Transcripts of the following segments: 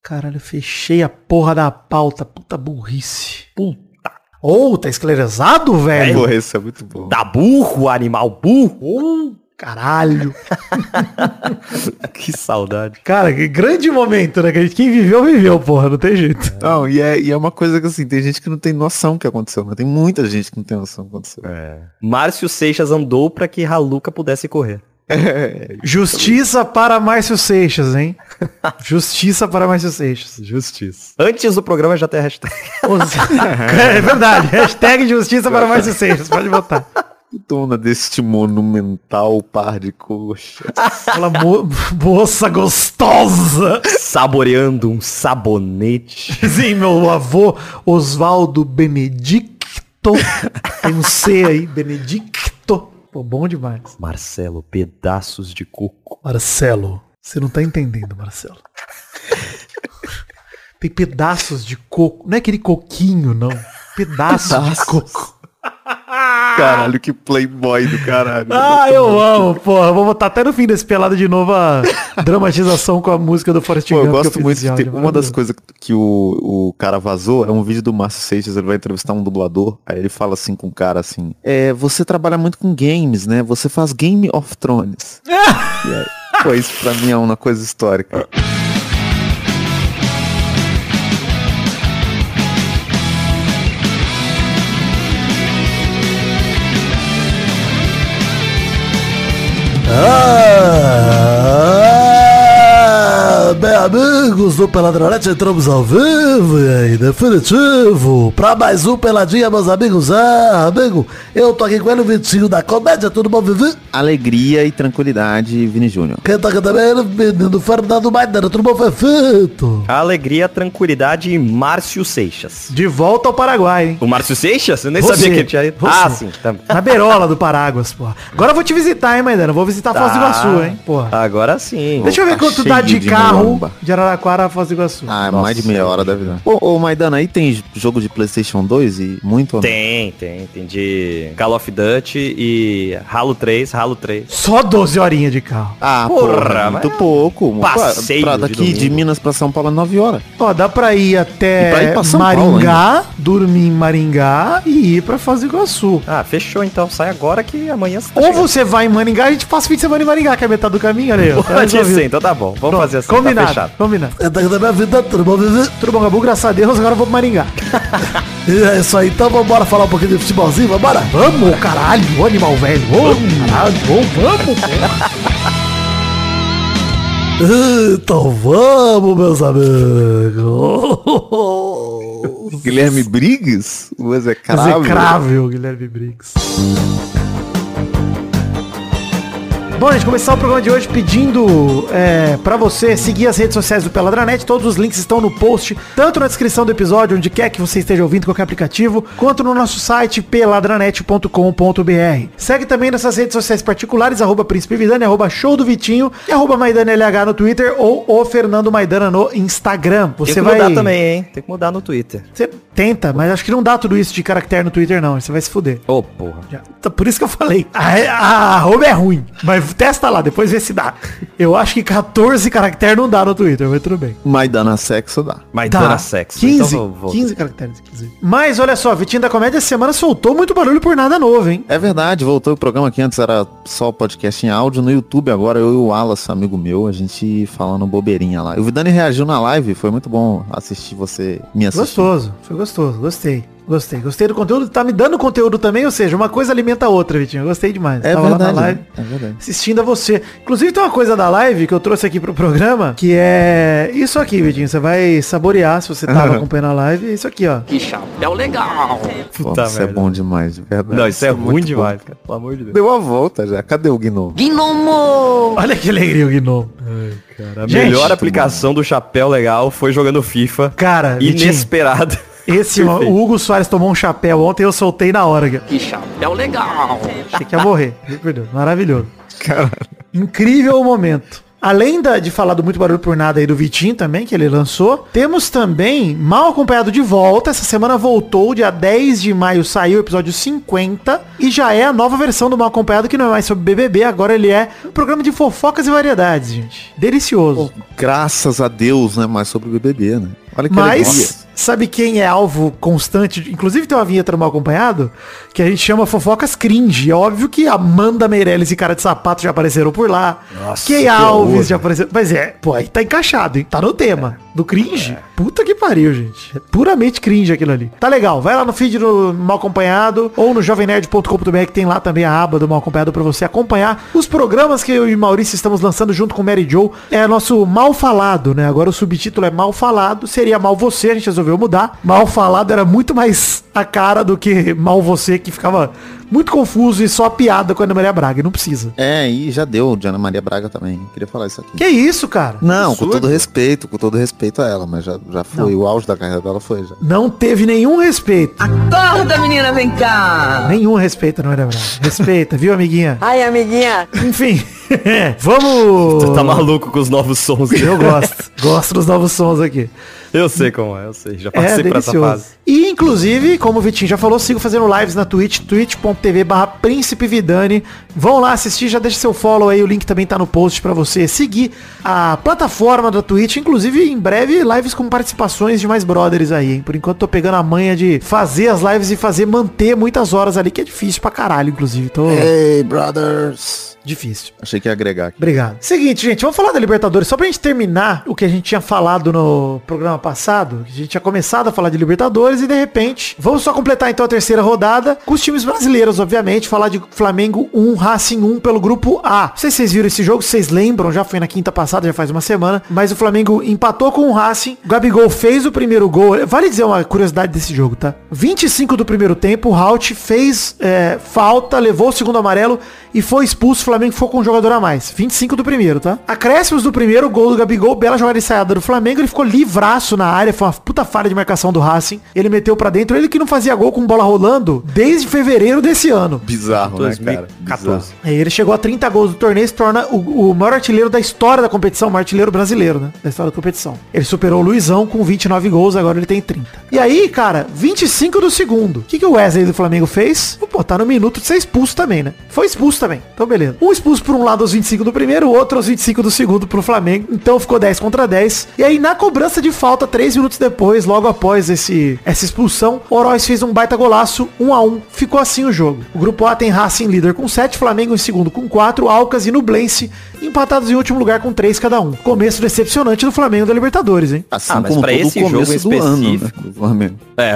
Caralho, fechei a porra da pauta. Puta burrice. Puta. Tá esclerosado, velho? Porra, isso é muito bom. Tá burro, animal burro. Caralho. Que saudade. Cara, que grande momento, né? Quem viveu, porra. Não tem jeito. Não, e é uma coisa que assim, tem gente que não tem noção que aconteceu, né? Tem muita gente que não tem noção que aconteceu. Márcio Seixas andou pra que Raluca pudesse correr. Justiça para Márcio Seixas, hein? Justiça para Márcio Seixas. Justiça. Antes do programa já tem a hashtag. É verdade. Hashtag Justiça para Márcio Seixas. Pode botar. Dona deste monumental par de coxas. Aquela moça gostosa. Saboreando um sabonete. Sim, meu avô Oswaldo Benedicto. Tem um C aí, Benedicto. Pô, bom demais. Marcelo, pedaços de coco. Marcelo, você não tá entendendo, Marcelo. Tem pedaços de coco. Não é aquele coquinho, não. Pedaços de coco. Caralho, que playboy do caralho. Eu amo, porra. Vou botar até no fim desse pelado de novo a dramatização com a música do Forrest Gump. Eu gosto muito de ter, uma das coisas que o cara vazou é um vídeo do Márcio Seixas, ele vai entrevistar um dublador, aí ele fala assim com o cara assim, você trabalha muito com games, né? Você faz Game of Thrones. E aí, pô, isso pra mim é uma coisa histórica. Bem, amigos do Peladronete, entramos ao vivo e aí, definitivo, pra mais um Peladinha, meus amigos. Amigo, eu tô aqui com ele, o Vitinho da Comédia, tudo bom, Vivi? Alegria e tranquilidade, Vini Júnior. Quem tá aqui também é o menino Fernando Maidana, tudo bom, Fefito? Alegria, tranquilidade e Márcio Seixas. De volta ao Paraguai, hein? O Márcio Seixas? Eu nem sabia que ele tinha ido. Sim. Tá. Na beirola do Paraguas, porra. Agora eu vou te visitar, hein, Maidana? Vou visitar a Foz do Iguaçu, hein, porra. Agora sim. Deixa eu ver quanto dá de carro de Araraquara a Foz do Iguaçu. Mais de meia hora deve dar. Ô, Maidana, aí tem jogo de PlayStation 2 e muito? Tem de Call of Duty e Halo 3. Só 12 horinhas de carro. Porra, muito pouco. Passeio pra daqui de Minas pra São Paulo é 9 horas. Ó, dá pra ir até Maringá, dormir em Maringá e ir pra Foz do Iguaçu. Fechou então. Sai agora que amanhã você tá chegando. Você vai em Maringá, a gente passa o fim de semana em Maringá, que é metade do caminho, olha aí. Pode ser, então tá bom. Vamos fazer assim, combinado, tá fechado. Combinado. Da minha vida, tudo bom, Gabu? Graças a Deus, agora eu vou pro Maringá. É isso aí, então vambora falar um pouquinho de futebolzinho, vambora? Vamos, caralho, ô animal velho. Vamos, então vamos, meus amigos. Guilherme Briggs? O execrável Guilherme Briggs. Bom, gente, começar o programa de hoje pedindo pra você seguir as redes sociais do Peladranet. Todos os links estão no post, tanto na descrição do episódio, onde quer que você esteja ouvindo, qualquer aplicativo, quanto no nosso site peladranet.com.br. Segue também nessas redes sociais particulares, @Príncipe Vidani, @Show do Vitinho e @MaidanLH no Twitter ou o Fernando Maidana no Instagram. Você tem que mudar também, hein? Tem que mudar no Twitter. Você tenta, mas acho que não dá tudo isso de caractere no Twitter, não. Você vai se fuder. Porra. Por isso que eu falei. A arroba é ruim, mas testa lá, depois vê se dá. Eu acho que 14 caracteres não dá no Twitter, mas tudo bem. Maidana Sexo dá. Maidana Sexo. 15, então 15 caracteres, inclusive. Mas olha só, Vitinho da Comédia essa semana soltou muito barulho por nada novo, hein? É verdade, voltou o programa que antes era só podcast em áudio. No YouTube agora, eu e o Wallace, amigo meu, a gente falando bobeirinha lá. O Vidani reagiu na live, foi muito bom assistir você me assistir. Foi gostoso, gostei. Gostei do conteúdo, tá me dando conteúdo também, ou seja, uma coisa alimenta a outra, Vitinho. Eu gostei demais. É verdade, lá na live, assistindo a você. Inclusive tem uma coisa da live que eu trouxe aqui pro programa, que é isso aqui, Vitinho. Você vai saborear se você tava acompanhando a live. É isso aqui, ó. Que chapéu legal. Puta, isso é bom demais, de verdade. Não, isso é ruim demais, cara. Pelo amor de Deus. Deu a volta já. Cadê o Gnomo? Gnomo! Olha que alegria o Gnomo. Ai, cara. A melhor aplicação do chapéu legal foi jogando FIFA. Cara, inesperado. O Hugo Soares tomou um chapéu ontem, eu soltei na hora. Que chapéu legal. Achei que ia morrer. Maravilhoso. Caralho. Incrível o momento. Além de falar do Muito Barulho por Nada aí do Vitinho também, que ele lançou, temos também Mal Acompanhado de volta. Essa semana voltou, dia 10 de maio saiu o episódio 50. E já é a nova versão do Mal Acompanhado, que não é mais sobre BBB, agora ele é um programa de fofocas e variedades, gente. Delicioso. Pô, graças a Deus, né? Mais sobre o BBB, né? Olha que alegria. Mas, sabe quem é alvo constante? Inclusive tem uma vinheta no Mal Acompanhado que a gente chama fofocas cringe. É óbvio que Amanda Meirelles e Cara de Sapato já apareceram por lá. Nossa, Key Alves já apareceu. Mas pô, aí tá encaixado, hein? Tá no tema do cringe. Puta que pariu, gente. É puramente cringe aquilo ali. Tá legal. Vai lá no feed do Mal Acompanhado ou no jovemnerd.com.br, que tem lá também a aba do Mal Acompanhado pra você acompanhar os programas que eu e Maurício estamos lançando junto com o Mary Jo. É nosso Mal Falado, né? Agora o subtítulo é Mal Falado. Seria Mal Você, a gente resolveu mudar. Mal Falado era muito mais a cara do que Mal Você, que ficava muito confuso e só piada com a Ana Maria Braga. Não precisa. E já deu de Ana Maria Braga também. Queria falar isso aqui. Que isso, cara? Não, com todo respeito a ela, mas já foi. Não. O auge da carreira dela foi já. Não teve nenhum respeito. Acorda, menina, vem cá. Nenhum respeito, Ana Maria Braga. Respeita, viu, amiguinha? Ai, amiguinha. Enfim. Vamos... Tu tá maluco com os novos sons. Eu gosto. Gosto dos novos sons aqui. Eu sei como é, eu sei. Já passei por essa fase. E, inclusive, como o Vitinho já falou, sigo fazendo lives na Twitch, twitch.tv/Príncipe Vidani. Vão lá assistir, já deixa seu follow aí, o link também tá no post pra você seguir a plataforma da Twitch. Inclusive, em breve, lives com participações de mais brothers aí, hein? Por enquanto, tô pegando a manha de fazer as lives e manter muitas horas ali, que é difícil pra caralho, inclusive. Hey, brothers! Difícil. Achei que ia agregar aqui. Obrigado. Seguinte, gente, vamos falar da Libertadores. Só pra gente terminar o que a gente tinha falado no programa passado. A gente tinha começado a falar de Libertadores e, de repente, vamos só completar então a terceira rodada com os times brasileiros, obviamente. Falar de Flamengo 1, Racing 1 pelo grupo A. Não sei se vocês viram esse jogo, se vocês lembram, já foi na quinta passada, já faz uma semana. Mas o Flamengo empatou com o Racing. O Gabigol fez o primeiro gol. Vale dizer uma curiosidade desse jogo, tá? 25 do primeiro tempo, o Halt fez falta, levou o segundo amarelo e foi expulso. O Flamengo ficou com um jogador a mais. 25 do primeiro, tá? Acréscimos do primeiro, gol do Gabigol, bela jogada ensaiada do Flamengo. Ele ficou livraço na área, foi uma puta falha de marcação do Racing. Ele meteu pra dentro, ele que não fazia gol com bola rolando desde fevereiro desse ano. Bizarro, 2014. né, cara? Bizarro. Aí ele chegou a 30 gols do torneio e se torna o maior artilheiro da história da competição, o maior artilheiro brasileiro, né? Da história da competição. Ele superou o Luizão com 29 gols, agora ele tem 30. E aí, cara, 25 do segundo. O que o Wesley do Flamengo fez? Pô, tá no minuto de ser expulso também, né? Foi expulso também. Então, beleza. Um expulso por um lado aos 25 do primeiro, o outro aos 25 do segundo pro Flamengo. Então ficou 10 contra 10. E aí, na cobrança de falta, 3 minutos depois, logo após essa expulsão, o Oroz fez um baita golaço, 1-1. Ficou assim o jogo. O grupo A tem Racing líder com 7, Flamengo em segundo com 4, Alcas e Nublense empatados em último lugar com 3 cada um. Começo decepcionante do Flamengo da Libertadores, hein? Assim mas como pra todo esse o começo jogo do ano, né, específico. do Flamengo.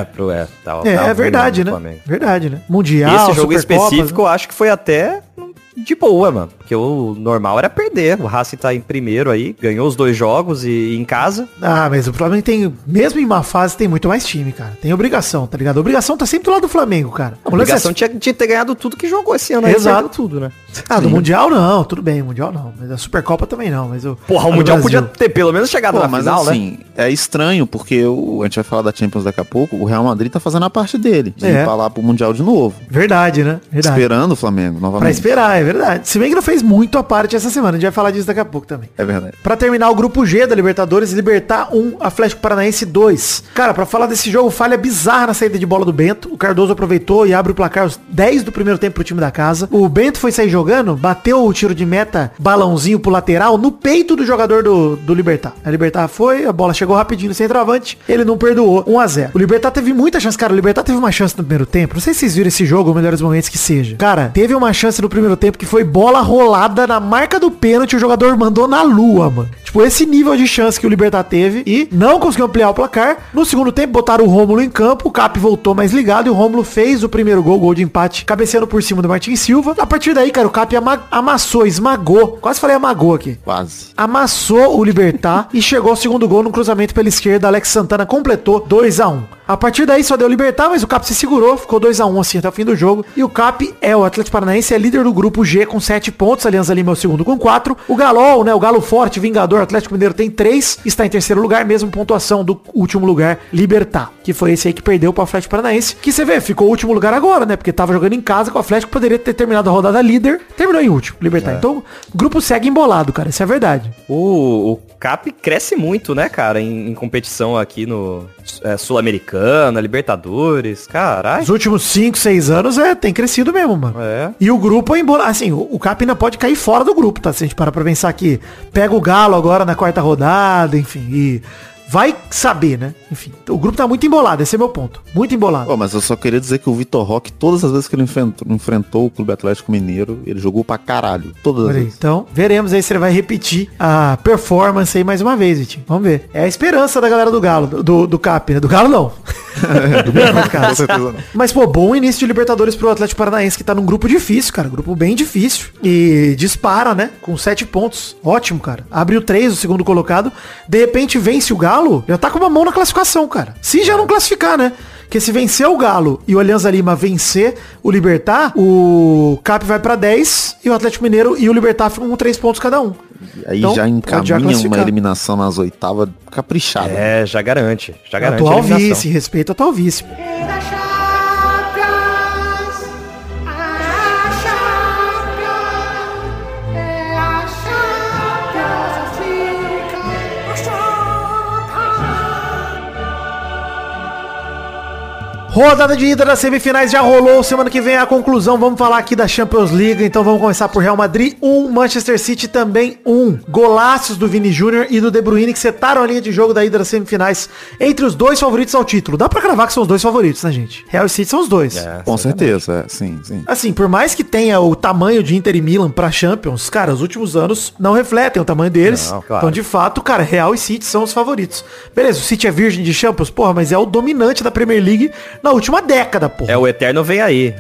É verdade, né? Verdade, né? Mundial, Esse jogo Supercopas, específico, eu acho que foi até de boa, mano. Porque o normal era perder. O Racing tá em primeiro aí, ganhou os 2 jogos e em casa. Ah, mas o Flamengo tem, mesmo em má fase, tem muito mais time, cara. Tem obrigação, tá ligado? A obrigação tá sempre do lado do Flamengo, cara. A obrigação tinha de ter ganhado tudo que jogou esse ano. Exato. Aí, tudo, né? Ah, do Mundial não, tudo bem, Mundial não. Mas a Supercopa também não, mas o... Porra, o Mundial podia ter pelo menos chegado na mas final, assim, né? É estranho, porque a gente vai falar da Champions daqui a pouco, o Real Madrid tá fazendo a parte dele, de ir pra lá pro Mundial de novo. Verdade, né? Verdade. Esperando o Flamengo, novamente. Pra esperar, é verdade. Se bem que não fez muito a parte essa semana, a gente vai falar disso daqui a pouco também. É verdade. Pra terminar o grupo G da Libertadores, Libertar 1, Atlético Paranaense 2. Cara, pra falar desse jogo, falha bizarra na saída de bola do Bento. O Cardoso aproveitou e abre o placar aos 10 do primeiro tempo pro time da casa. O Bento foi sair jogando, bateu o tiro de meta, balãozinho pro lateral, no peito do jogador do Libertar. A Libertar foi, a bola chegou rapidinho no centroavante, ele não perdoou, 1-0. O Libertar teve muita chance, cara, o Libertar teve uma chance no primeiro tempo, não sei se vocês viram esse jogo, ou melhores momentos que seja. Cara, teve uma chance no primeiro tempo que foi bola rolada na marca do pênalti, o jogador mandou na lua, mano. Tipo, esse nível de chance que o Libertar teve e não conseguiu ampliar o placar. No segundo tempo, botaram o Rômulo em campo, o Cap voltou mais ligado e o Rômulo fez o primeiro gol de empate, cabeceando por cima do Martins Silva. A partir daí, cara, o Cap amassou, esmagou, quase falei amagou aqui. Quase. Amassou o Libertar e chegou ao segundo gol no cruzamento pela esquerda, Alex Santana completou 2-1. A partir daí só deu Libertar, mas o Cap se segurou, ficou 2-1 assim até o fim do jogo. E o Cap o Atlético Paranaense, é líder do grupo G com 7 pontos, Alianza Lima é o segundo com 4. O Galol, né, o Galo Forte, Vingador, Atlético Mineiro tem 3, está em terceiro lugar, mesmo pontuação do último lugar, Libertar, que foi esse aí que perdeu para o Atlético Paranaense, que você vê, ficou último lugar agora, né, porque tava jogando em casa com o Atlético, poderia ter terminado a rodada líder, terminou em último, Libertar. Então, o grupo segue embolado, cara, isso é verdade. O Cap cresce muito, né, cara, em competição aqui no Sul-Americana, Sul-Americana, Libertadores, caralho. Os últimos 5, 6 anos tem crescido mesmo, mano. E o grupo é embora. Assim, o Cap ainda pode cair fora do grupo, tá? Se a gente parar pra pensar que pega o Galo agora na 4ª rodada, enfim, e vai saber, né? Enfim, o grupo tá muito embolado, esse é meu ponto. Muito embolado. Mas eu só queria dizer que o Vitor Roque, todas as vezes que ele enfrentou o Clube Atlético Mineiro, ele jogou pra caralho. Todas as vezes. Então, veremos aí se ele vai repetir a performance aí mais uma vez, Vitinho. Vamos ver. É a esperança da galera do Galo, do Cap, né? Do Galo não. Do Galo, cara. Com certeza não. Mas, pô, bom início de Libertadores pro Atlético Paranaense, que tá num grupo difícil, cara. Grupo bem difícil. E dispara, né? Com 7 pontos. Ótimo, cara. Abriu 3, o segundo colocado. De repente vence o Galo, já tá com uma mão na classificação, cara. Se já não classificar, né? Porque se vencer o Galo e o Alianza Lima vencer o Libertad, o Cap vai pra 10 e o Atlético Mineiro e o Libertad ficam com 3 pontos cada um. Aí então, já encaminha uma eliminação nas oitavas caprichada. Já garante. Já garante atual vice, respeito ao atual vice. Rodada de ida das semifinais já rolou, semana que vem é a conclusão, vamos falar aqui da Champions League, então vamos começar por Real Madrid 1, Manchester City também 1. Golaços do Vini Júnior e do De Bruyne que setaram a linha de jogo da ida das semifinais entre os dois favoritos ao título. Dá pra cravar que são os dois favoritos, né, gente? Real e City são os dois. Com certeza, sim. Assim, por mais que tenha o tamanho de Inter e Milan pra Champions, cara, os últimos anos não refletem o tamanho deles. Não, claro. Então, de fato, cara, Real e City são os favoritos. Beleza, o City é virgem de Champions, porra, mas é o dominante da Premier League na última década, porra. O Eterno vem aí.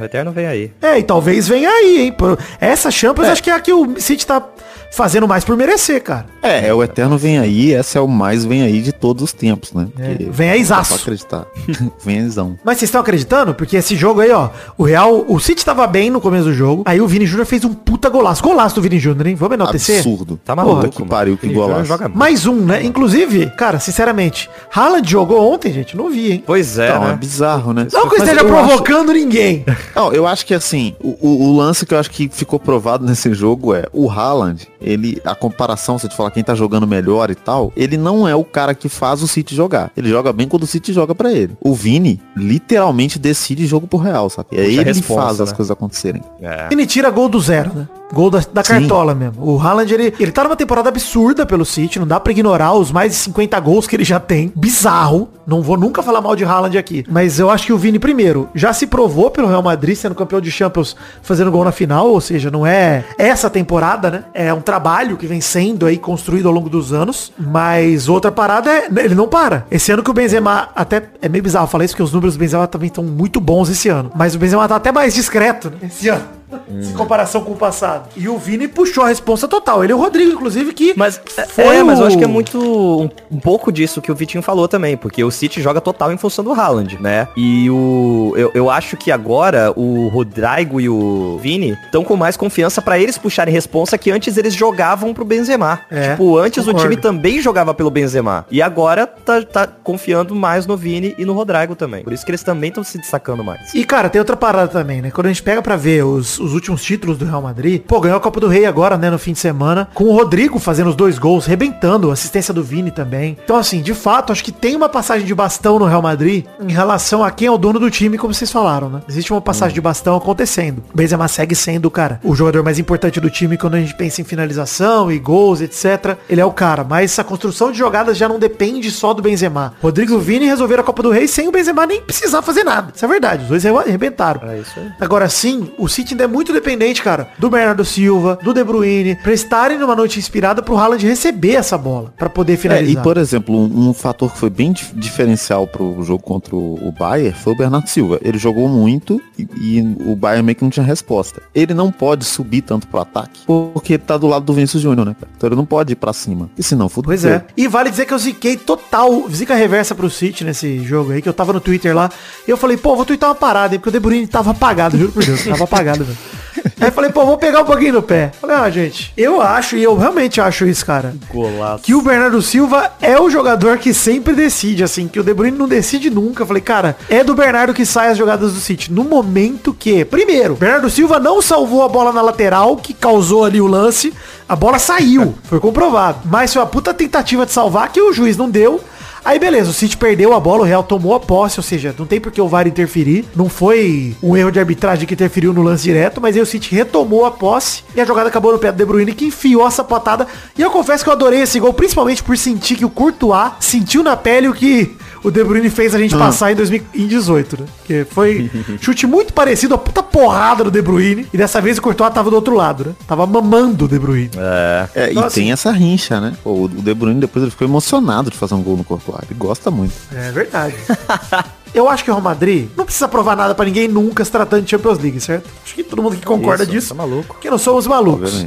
E talvez venha aí, hein. Essa Champions acho que é a que o City tá fazendo mais por merecer, cara. O Eterno vem aí, essa é o mais vem aí de todos os tempos, né? Vem aí, zaço. Pra acreditar. Vem aizão. Mas vocês estão acreditando? Porque esse jogo aí, ó, o City tava bem no começo do jogo, aí o Vini Júnior fez um puta golaço. Golaço do Vini Júnior, hein? Vamos enaltecer? Absurdo. Tá maluco, que pariu, que golaço. Mais um, né? Inclusive, cara, sinceramente, Haaland jogou ontem, gente, não vi, hein? Pois é, então, é bizarro, né? Não que eu esteja provocando ninguém. Não, eu acho que assim, o lance que eu acho que ficou provado nesse jogo é o Haaland, a comparação, se eu te falar quem tá jogando melhor e tal, ele não é o cara que faz o City jogar. Ele joga bem quando o City joga pra ele. O Vini literalmente decide jogo pro Real, sabe? É ele que faz as coisas acontecerem. Vini tira gol do zero, né? Gol da cartola mesmo. O Haaland, ele tá numa temporada absurda pelo City, não dá pra ignorar os mais de 50 gols que ele já tem. Bizarro. Não vou nunca falar mal de Haaland aqui. Mas eu acho que o Vini, primeiro, já se provou pelo Real Madrid, sendo campeão de Champions, fazendo gol na final, ou seja, não é essa temporada, né? É um trabalho que vem sendo aí construído ao longo dos anos. Mas outra parada ele não para. Esse ano que o Benzema, até é meio bizarro falar isso, porque os números do Benzema também estão muito bons esse ano. Mas o Benzema tá até mais discreto, né, esse ano. Em comparação com o passado. E o Vini puxou a responsa total. Ele e o Rodrigo, inclusive, que mas mas eu acho que é muito um pouco disso que o Vitinho falou também, porque o City joga total em função do Haaland, né? E eu acho que agora o Rodrigo e o Vini estão com mais confiança pra eles puxarem responsa que antes eles jogavam pro Benzema. Tipo, antes o time também jogava pelo Benzema. E agora tá confiando mais no Vini e no Rodrigo também. Por isso que eles também estão se destacando mais. E, cara, tem outra parada também, né? Quando a gente pega pra ver os últimos títulos do Real Madrid, ganhou a Copa do Rei agora, né, no fim de semana, com o Rodrigo fazendo os 2 gols, rebentando, assistência do Vini também. Então, assim, de fato, acho que tem uma passagem de bastão no Real Madrid em relação a quem é o dono do time, como vocês falaram, né? Existe uma passagem de bastão acontecendo. O Benzema segue sendo, cara, o jogador mais importante do time quando a gente pensa em finalização e gols, etc. Ele é o cara, mas a construção de jogadas já não depende só do Benzema. Rodrigo e o Vini resolveram a Copa do Rei sem o Benzema nem precisar fazer nada. Isso é verdade, os dois arrebentaram. É isso aí. Agora sim, o City ainda é muito dependente, cara, do Bernardo Silva, do De Bruyne, pra estarem numa noite inspirada pro Haaland receber essa bola, pra poder finalizar. E, por exemplo, um fator que foi bem diferencial pro jogo contra o Bayern foi o Bernardo Silva. Ele jogou muito e o Bayern meio que não tinha resposta. Ele não pode subir tanto pro ataque, porque ele tá do lado do Vinícius Júnior, né, cara? Então ele não pode ir pra cima. E senão, fudeu. Pois é. E vale dizer que eu ziquei total, zica reversa pro City nesse jogo aí, que eu tava no Twitter lá, e eu falei, vou twittar uma parada aí, porque o De Bruyne tava apagado, juro por Deus, tava apagado, velho. Aí eu falei, vou pegar um pouquinho no pé. Falei, gente, eu acho, e eu realmente acho isso, cara, golaço, que o Bernardo Silva é o jogador que sempre decide, assim, que o De Bruyne não decide nunca. Eu falei, cara, é do Bernardo que sai as jogadas do City. No momento que, primeiro, Bernardo Silva não salvou a bola na lateral, que causou ali o lance, a bola saiu, foi comprovado. Mas foi uma puta tentativa de salvar que o juiz não deu. Aí beleza, o City perdeu a bola, o Real tomou a posse, ou seja, não tem por que o VAR interferir. Não foi um erro de arbitragem que interferiu no lance direto, mas aí o City retomou a posse e a jogada acabou no pé do De Bruyne, que enfiou essa patada. E eu confesso que eu adorei esse gol, principalmente por sentir que o Courtois sentiu na pele o que o De Bruyne fez a gente passar em 2018, né? Que foi chute muito parecido, a puta porrada do De Bruyne. E dessa vez o Courtois tava do outro lado, né? Tava mamando o De Bruyne. Então, e tem essa rincha, né? Pô, o De Bruyne depois ele ficou emocionado de fazer um gol no Courtois. Ele gosta muito. É verdade. Eu acho que o Real Madrid não precisa provar nada pra ninguém nunca se tratando de Champions League, certo? Acho que todo mundo que concorda disso. Tá maluco. Que não somos malucos.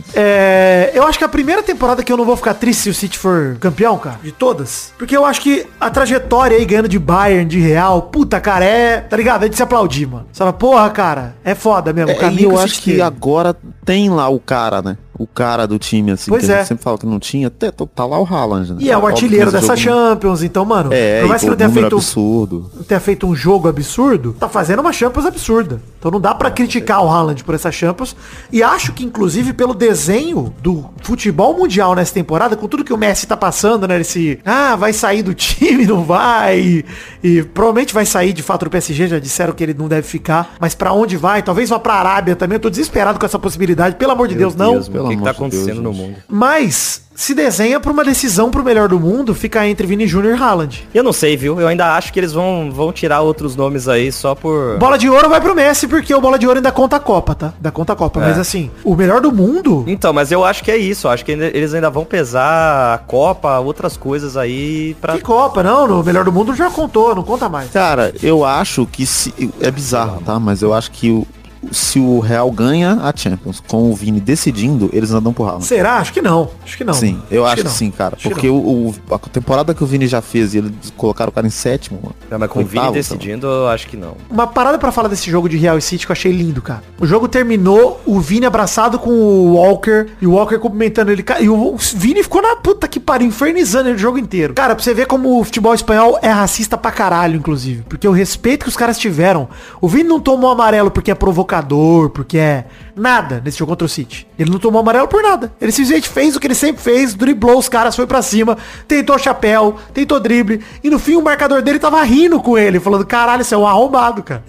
Eu acho que a primeira temporada que eu não vou ficar triste se o City for campeão, cara, de todas. Porque eu acho que a trajetória aí ganhando de Bayern, de Real, puta, cara, tá ligado? É de se aplaudir, mano. Você fala, porra, cara, é foda mesmo. E eu acho que agora tem lá o cara, né? O cara do time, assim, pois que a gente sempre fala que não tinha, até tá lá o Haaland, né? E é o artilheiro dessa Champions, então, mano, por mais que não tenha feito absurdo. Não tenha feito um jogo absurdo, tá fazendo uma Champions absurda. Então não dá pra criticar o Haaland por essa Champions. E acho que, inclusive, pelo desenho do futebol mundial nessa temporada, com tudo que o Messi tá passando, né? Esse, vai sair do time, não vai. E provavelmente vai sair, de fato, do PSG, já disseram que ele não deve ficar. Mas pra onde vai? Talvez vá pra Arábia também. Eu tô desesperado com essa possibilidade. Pelo amor de Deus, não. O que tá acontecendo no mundo? Mas se desenha pra uma decisão pro melhor do mundo ficar entre Vini Júnior e Haaland. Eu não sei, viu? Eu ainda acho que eles vão tirar outros nomes aí só por... Bola de ouro vai pro Messi, porque o Bola de ouro ainda conta a Copa, tá? Ainda conta a Copa. Mas assim, o melhor do mundo... Então, mas eu acho que é isso. Eu acho que eles ainda vão pesar a Copa, outras coisas aí pra... Que Copa? Não, no melhor do mundo já contou, não conta mais. Cara, eu acho que é bizarro, tá? Mas eu acho que se o Real ganha a Champions com o Vini decidindo, eles andam pro Haaland. Será? Acho que não. Acho que não. Sim, eu acho que sim, cara. Porque a temporada que o Vini já fez e eles colocaram o cara em sétimo, mano. Não, mas com o Vini decidindo, eu acho que não. Uma parada pra falar desse jogo de Real e City que eu achei lindo, cara. O jogo terminou, o Vini abraçado com o Walker, e o Walker cumprimentando ele. E o Vini ficou na puta que pariu, infernizando ele o jogo inteiro. Cara, pra você ver como o futebol espanhol é racista pra caralho, inclusive. Porque o respeito que os caras tiveram. O Vini não tomou amarelo porque é provocador, porque é nada nesse jogo contra o City. Ele não tomou amarelo por nada. Ele simplesmente fez o que ele sempre fez, driblou os caras, foi pra cima, tentou chapéu, tentou drible, e no fim o marcador dele tava rindo com ele, falando, caralho, você é um arrombado, cara.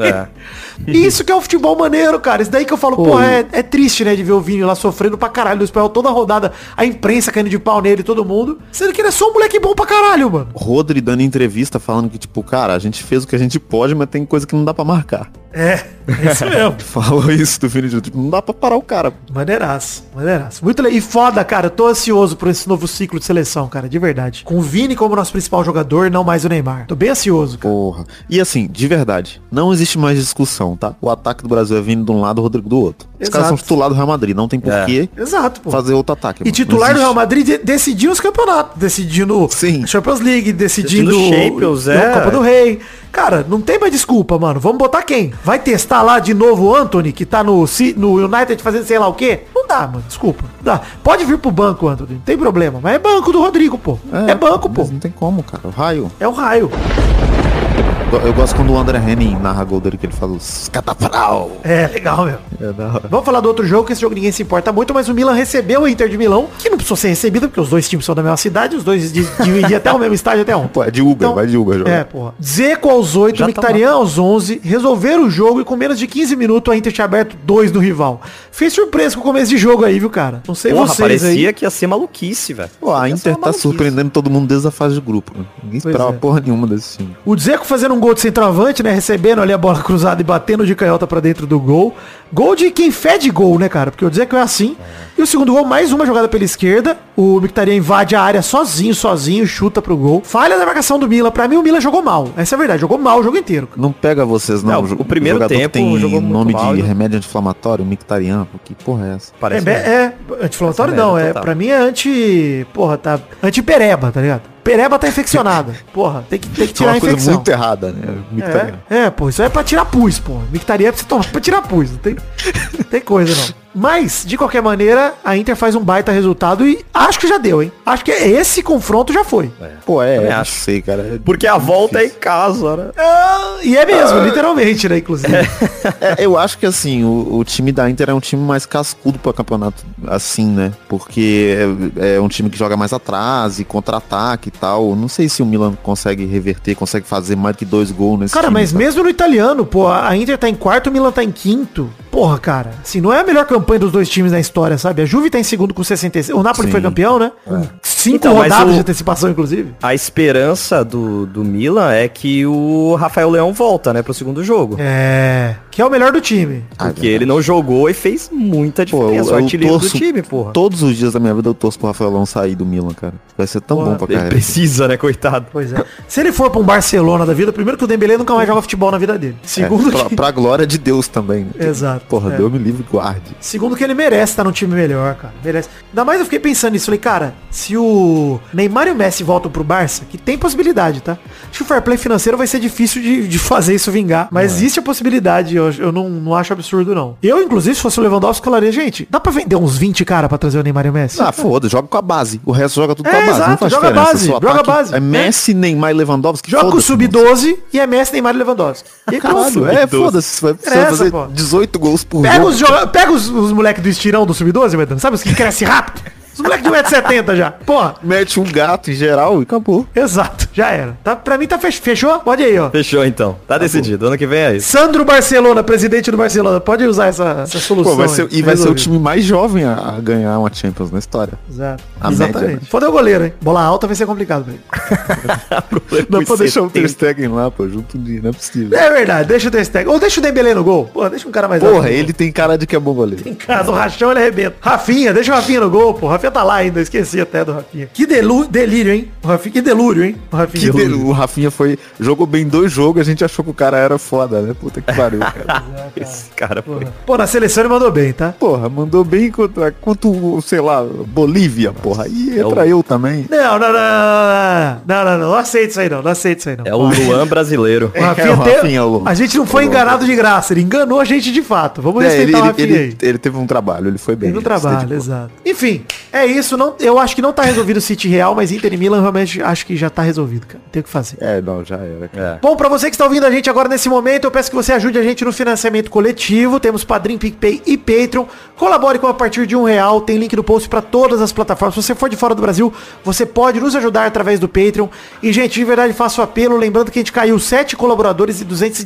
E isso que é o futebol maneiro, cara. Isso daí que eu falo, porra, é triste, né, de ver o Vini lá sofrendo pra caralho no espanhol, toda a rodada, a imprensa caindo de pau nele, todo mundo, sendo que ele é só um moleque bom pra caralho, mano. Rodri dando entrevista falando que, tipo, cara, a gente fez o que a gente pode, mas tem coisa que não dá pra marcar. É isso mesmo. Falou isso do Vini Júnior, tipo, não dá pra parar o cara. Maneiraço. Muito legal. E foda, cara, eu tô ansioso por esse novo ciclo de seleção, cara, de verdade. Com o Vini como nosso principal jogador, não mais o Neymar. Tô bem ansioso, cara. Porra. E assim, de verdade, não existe mais discussão, tá? O ataque do Brasil é Vini de um lado, o Rodrigo do outro. Os caras são titulares do Real Madrid, não tem porquê fazer outro ataque. E titular do Real Madrid decidindo os campeonatos, decidindo Champions League, decidindo Champions, Copa do Rei. Cara, não tem mais desculpa, mano. Vamos botar quem? Vai testar lá de novo o Anthony, que tá no United fazendo sei lá o quê? Não dá, mano. Desculpa. Não dá. Pode vir pro banco, Anthony. Não tem problema. Mas é banco do Rodrigo, pô. É banco, pô. Não tem como, cara. O raio. É o raio. Eu gosto quando o André Henning narra gol dele, que ele fala os catapral. É, legal, meu. Vamos falar do outro jogo, que esse jogo ninguém se importa muito, mas o Milan recebeu o Inter de Milão, que não precisou ser recebido, porque os dois times são da mesma cidade, os dois dividiam até o mesmo estádio, até um. Pô, é de Uber, então, vai de Uber. Jogo. Porra. Dzeko aos 8, Mkhitaryan aos 11, resolveram o jogo e com menos de 15 minutos a Inter tinha aberto 2 no rival. Fez surpresa com o começo de jogo aí, viu, cara? Não sei vocês parecia aí. Que ia ser maluquice, velho. Pô, a Inter tá surpreendendo todo mundo desde a fase de grupo. Né? Ninguém esperava porra nenhuma desse time. O Dzeko fazendo um gol de centroavante, né? Recebendo ali a bola cruzada e batendo de canhota pra dentro do gol. Gol de quem fede gol, né, cara? Porque o Dzeko é assim. E o segundo gol, mais uma jogada pela esquerda. O Mkhitaryan invade a área sozinho, chuta pro gol. Falha da marcação do Milan. Pra mim, o Milan jogou mal. Essa é a verdade. Jogou mal o jogo inteiro. Não pega vocês, não. O primeiro tempo tem jogou nome muito mal, de remédio anti-inflamatório, Mkhitaryan. Que porra é essa? Parece anti-inflamatório não. Pra mim é anti-pereba, tá ligado? Pereba tá infeccionada. Porra, tem que tirar a infecção. É uma coisa muito errada, né? Mkhitaryan. Pô, isso é pra tirar pus, pô. Mkhitaryan é pra você tomar pra tirar pus. Não tem coisa, não. Mas, de qualquer maneira, a Inter faz um baita resultado e acho que já deu, hein? Acho que esse confronto já foi. Pô, não sei, cara. Porque a volta é em casa, né? E é mesmo, literalmente, né, inclusive. Eu acho que assim, o time da Inter é um time mais cascudo pra campeonato assim, né? Porque é um time que joga mais atrás e contra-ataque e tal. Não sei se o Milan consegue reverter, consegue fazer mais que 2 gols nesse Cara, time, mas sabe? mesmo no italiano, pô, a Inter tá em quarto, o Milan tá em quinto. Porra, cara, assim, não é a melhor campanha dos dois times na história, sabe? A Juve tá em segundo com 66. O Napoli Sim. foi campeão, né? Com 5 Então, mas rodadas o- de antecipação, inclusive. A esperança do Milan é que o Rafael Leão volta, né, pro segundo jogo. Que é o melhor do time. Porque ele não jogou e fez muita Pô, diferença. O artilheiro do torço time, porra. Todos os dias da minha vida eu torço pro Rafael Leão sair do Milan, cara. Vai ser tão Porra, bom pra Ele carreira. precisa, né, coitado. Pois é. Se ele for pra um Barcelona da vida, primeiro que o Dembélé nunca mais joga futebol na vida dele. Segundo Pra glória de Deus também. Né? Exato. Porra, É. Deus me livre e guarde. Segundo que ele merece estar num time melhor, cara. Merece. Ainda mais eu fiquei pensando nisso. Falei, cara, se o Neymar e o Messi voltam pro Barça, que tem possibilidade, tá? Acho que o fair play financeiro vai ser difícil de fazer isso vingar. Mas existe a possibilidade. Eu não acho absurdo, não. Eu, inclusive, se fosse o Lewandowski, falaria, gente, dá pra vender uns 20 cara pra trazer o Neymar e o Messi? Ah, foda, joga com a base. O resto joga tudo com a base. exato, Não faz joga a diferença. base, Seu joga a ataque base. É Messi, Neymar e Lewandowski. Joga com o foda-se, mano. Sub-12 e é Messi, Neymar e Lewandowski. E pronto. Caralho, foda-se. Você vai Interessa, fazer pô. 18 gols por Pega jogo. pega os moleques do estirão do Sub-12, Medano. Sabe os que crescem rápido? Os moleques de 1,70 m já. Porra. Mete um gato em geral e acabou. Exato, já era. Tá, pra mim tá fechou? Pode ir aí, ó. Fechou, então. Tá decidido. Ano que vem é isso. Sandro Barcelona, presidente do Barcelona. Pode usar essa solução. Pô, vai ser, aí. e vai ser o Resolvido. time mais jovem a ganhar uma Champions na história. Exato. A Exatamente. média, né? Foda o goleiro, hein? Bola alta vai ser complicado pra ele. Não pode deixar o Ter Stegen lá, pô, junto de... Não é possível. É verdade, deixa o Ter Stegen. Ou deixa o Dembélé no gol. Pô, deixa um cara mais Porra, alto. ele tem cara de que é bom goleiro. Em casa, o Rachão ele arrebenta. Rafinha, deixa o Rafinha no gol, pô. O Rafinha tá lá ainda, esqueci até do Rafinha. Que delírio, hein? O Rafinha, que delúrio, hein? O Rafinha. O Rafinha jogou bem 2 jogos, a gente achou que o cara era foda, né? Puta que pariu, cara. Esse cara foi. Pô, na seleção ele mandou bem, tá? Porra, mandou bem contra, sei lá, Bolívia, porra. E entra eu também. Não aceito isso aí não, não aceito isso aí não. É o Luan brasileiro. O Rafinha, o Rafinha, o Luan. a gente não foi enganado de graça, ele enganou a gente de fato. Vamos respeitar o Rafinha aí. Ele teve um trabalho, ele foi bem. No ele se trabalho, dedicou. exato. Enfim, é isso. Não, eu acho que não tá resolvido o City Real, mas Inter e Milan realmente acho que já tá resolvido, cara. Tem o que fazer. É, não, já era. É. Bom, pra você que está ouvindo a gente agora nesse momento, eu peço que você ajude a gente no financiamento coletivo. Temos Padrim, PicPay e Patreon. Colabore com a partir de R$1. Tem link no post para todas as plataformas. Se você for de fora do Brasil, você pode nos ajudar através do Patreon. E, gente, de verdade, faço apelo. Lembrando que a gente caiu 7 colaboradores e